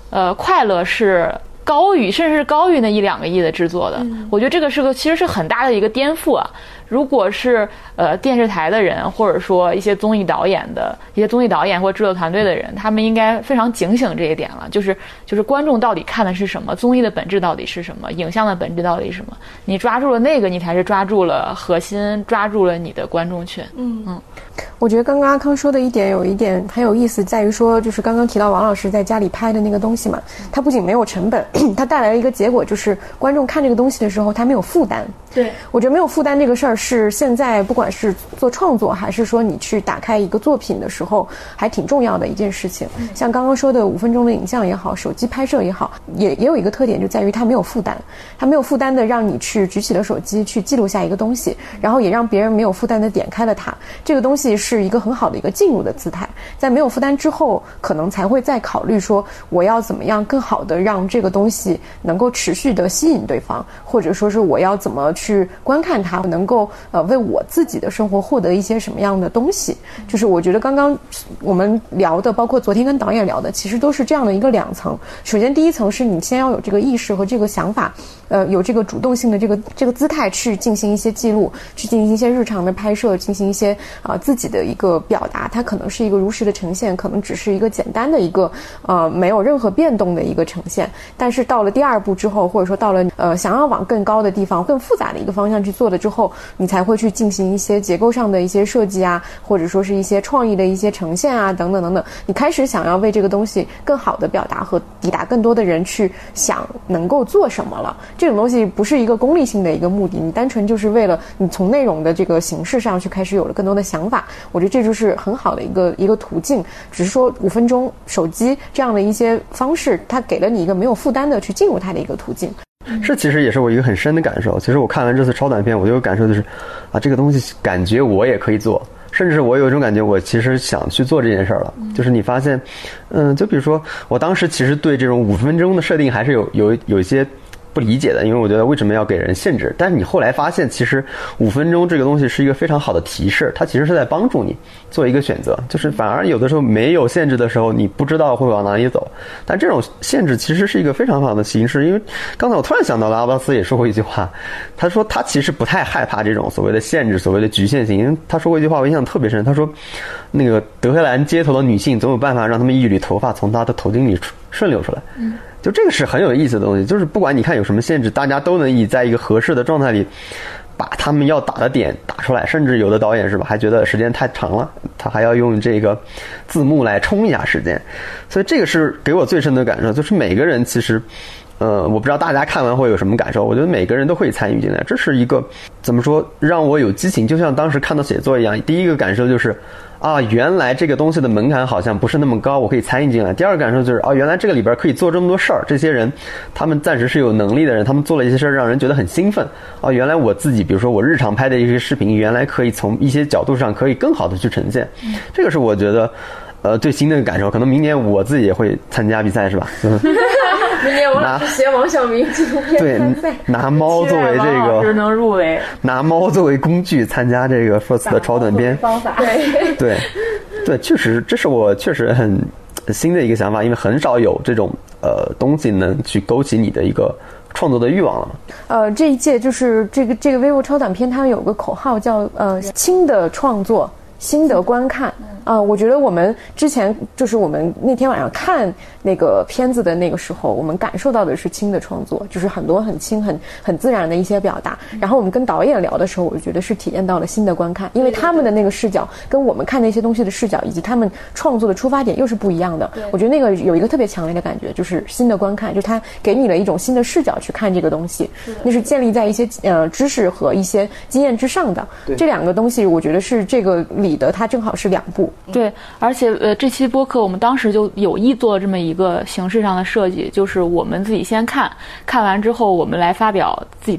快乐是高于甚至是高于那1-2个亿的制作的。我觉得这个其实是很大的一个颠覆啊。如果是电视台的人，或者说一些综艺导演或者制作团队的人，他们应该非常警醒这一点了，就是观众到底看的是什么，综艺的本质到底是什么，影像的本质到底是什么，你抓住了那个，你才是抓住了核心，抓住了你的观众群。 我觉得刚刚阿康说的有一点很有意思，在于说就是刚刚提到王老师在家里拍的那个东西嘛，它不仅没有成本，它带来了一个结果，就是观众看这个东西的时候他没有负担。 对， 我觉得没有负担这个事儿是现在不管是做创作还是说你去打开一个作品的时候还挺重要的一件事情。像刚刚说的5分钟的影像也好，手机拍摄也好，也有一个特点，就在于它没有负担，它没有负担的让你去举起了手机去记录下一个东西，然后也让别人没有负担的点开了它，这个东西是一个很好的一个进入的姿态。在没有负担之后，可能才会再考虑说我要怎么样更好的让这个东西能够持续的吸引对方，或者说是我要怎么去观看它，能够为我自己的生活获得一些什么样的东西。就是我觉得刚刚我们聊的，包括昨天跟导演聊的，其实都是这样的一个2层。首先第一层是你先要有这个意识和这个想法，有这个主动性的这个姿态去进行一些记录，去进行一些日常的拍摄，进行一些自己的一个表达。它可能是一个如实的呈现，可能只是一个简单的一个没有任何变动的一个呈现。但是到了第2步之后，或者说到了想要往更高的地方、更复杂的一个方向去做了之后，你才会去进行一些结构上的一些设计啊，或者说是一些创意的一些呈现啊，等等等等。你开始想要为这个东西更好的表达和抵达更多的人去想能够做什么了。这种东西不是一个功利性的一个目的，你单纯就是为了你从内容的这个形式上去开始有了更多的想法。我觉得这就是很好的一个途径。只是说5分钟手机这样的一些方式，它给了你一个没有负担的去进入它的一个途径。 其实也是我一个很深的感受。其实我看完这次超短片，我就有感受，就是这个东西感觉我也可以做，甚至我有一种感觉，我其实想去做这件事了。就是你发现，就比如说我当时其实对这种5分钟的设定还是有一些不理解的，因为我觉得为什么要给人限制？但是你后来发现，其实5分钟这个东西是一个非常好的提示，它其实是在帮助你做一个选择。就是反而有的时候没有限制的时候，你不知道会往哪里走，但这种限制其实是一个非常好的形式。因为刚才我突然想到了，阿巴斯也说过一句话，他说他其实不太害怕这种所谓的限制、所谓的局限性。因为他说过一句话，我印象特别深，他说那个德黑兰街头的女性总有办法让她们一缕头发从她的头巾里顺流出来。就这个是很有意思的东西，就是不管你看有什么限制，大家都能以在一个合适的状态里把他们要打的点打出来。甚至有的导演是吧，还觉得时间太长了，他还要用这个字幕来冲一下时间。所以这个是给我最深的感受，就是每个人其实我不知道大家看完会有什么感受，我觉得每个人都会参与进来。这是一个怎么说，让我有激情，就像当时看到写作一样。第一个感受就是原来这个东西的门槛好像不是那么高，我可以参与进来。第二个感受就是原来这个里边可以做这么多事儿，这些人他们暂时是有能力的人，他们做了一些事儿让人觉得很兴奋。原来我自己比如说我日常拍的一些视频，原来可以从一些角度上可以更好的去呈现。这个是我觉得最新的感受。可能明年我自己也会参加比赛，是吧？ 明年我老师学王晓明纪录片参赛， 拿猫作为这个能入围， 拿猫作为工具参加这个 First 的超短片方法。 对，确实这是我确实很新的一个想法，因为很少有这种东西能去勾起你的一个创作的欲望了嘛。 这一届就是这个 vivo 超短片，它有个口号叫轻的创作，新的观看。我觉得我们之前就是我们那天晚上看那个片子的那个时候，我们感受到的是轻的创作，就是很多很轻很自然的一些表达。然后我们跟导演聊的时候，我觉得是体验到了新的观看，因为他们的那个视角跟我们看那些东西的视角以及他们创作的出发点又是不一样的。我觉得那个有一个特别强烈的感觉，就是新的观看，就是他给你了一种新的视角去看这个东西，那是建立在一些知识和一些经验之上的。这两个东西我觉得是这个里的，它正好是2步。 对，而且这期播客我们当时就有意做了这么一个形式上的设计，就是我们自己先看完之后，我们来发表自己的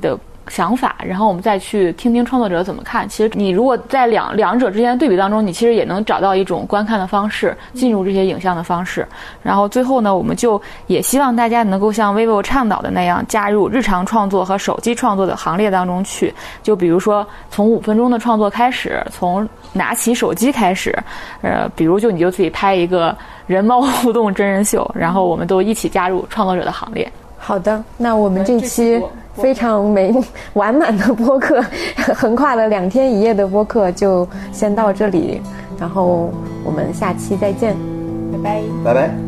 想法，然后我们再去听听创作者怎么看。其实你如果在两者之间的对比当中，你其实也能找到一种观看的方式，进入这些影像的方式。然后最后呢，我们就也希望大家能够像 vivo 倡导的那样，加入日常创作和手机创作的行列当中去。就比如说从5分钟的创作开始，从拿起手机开始，比如你就自己拍一个人猫互动真人秀，然后我们都一起加入创作者的行列。 好的，那我们这期非常完满的播客，横跨了2天1夜的播客就先到这里，然后我们下期再见，拜拜， 拜拜。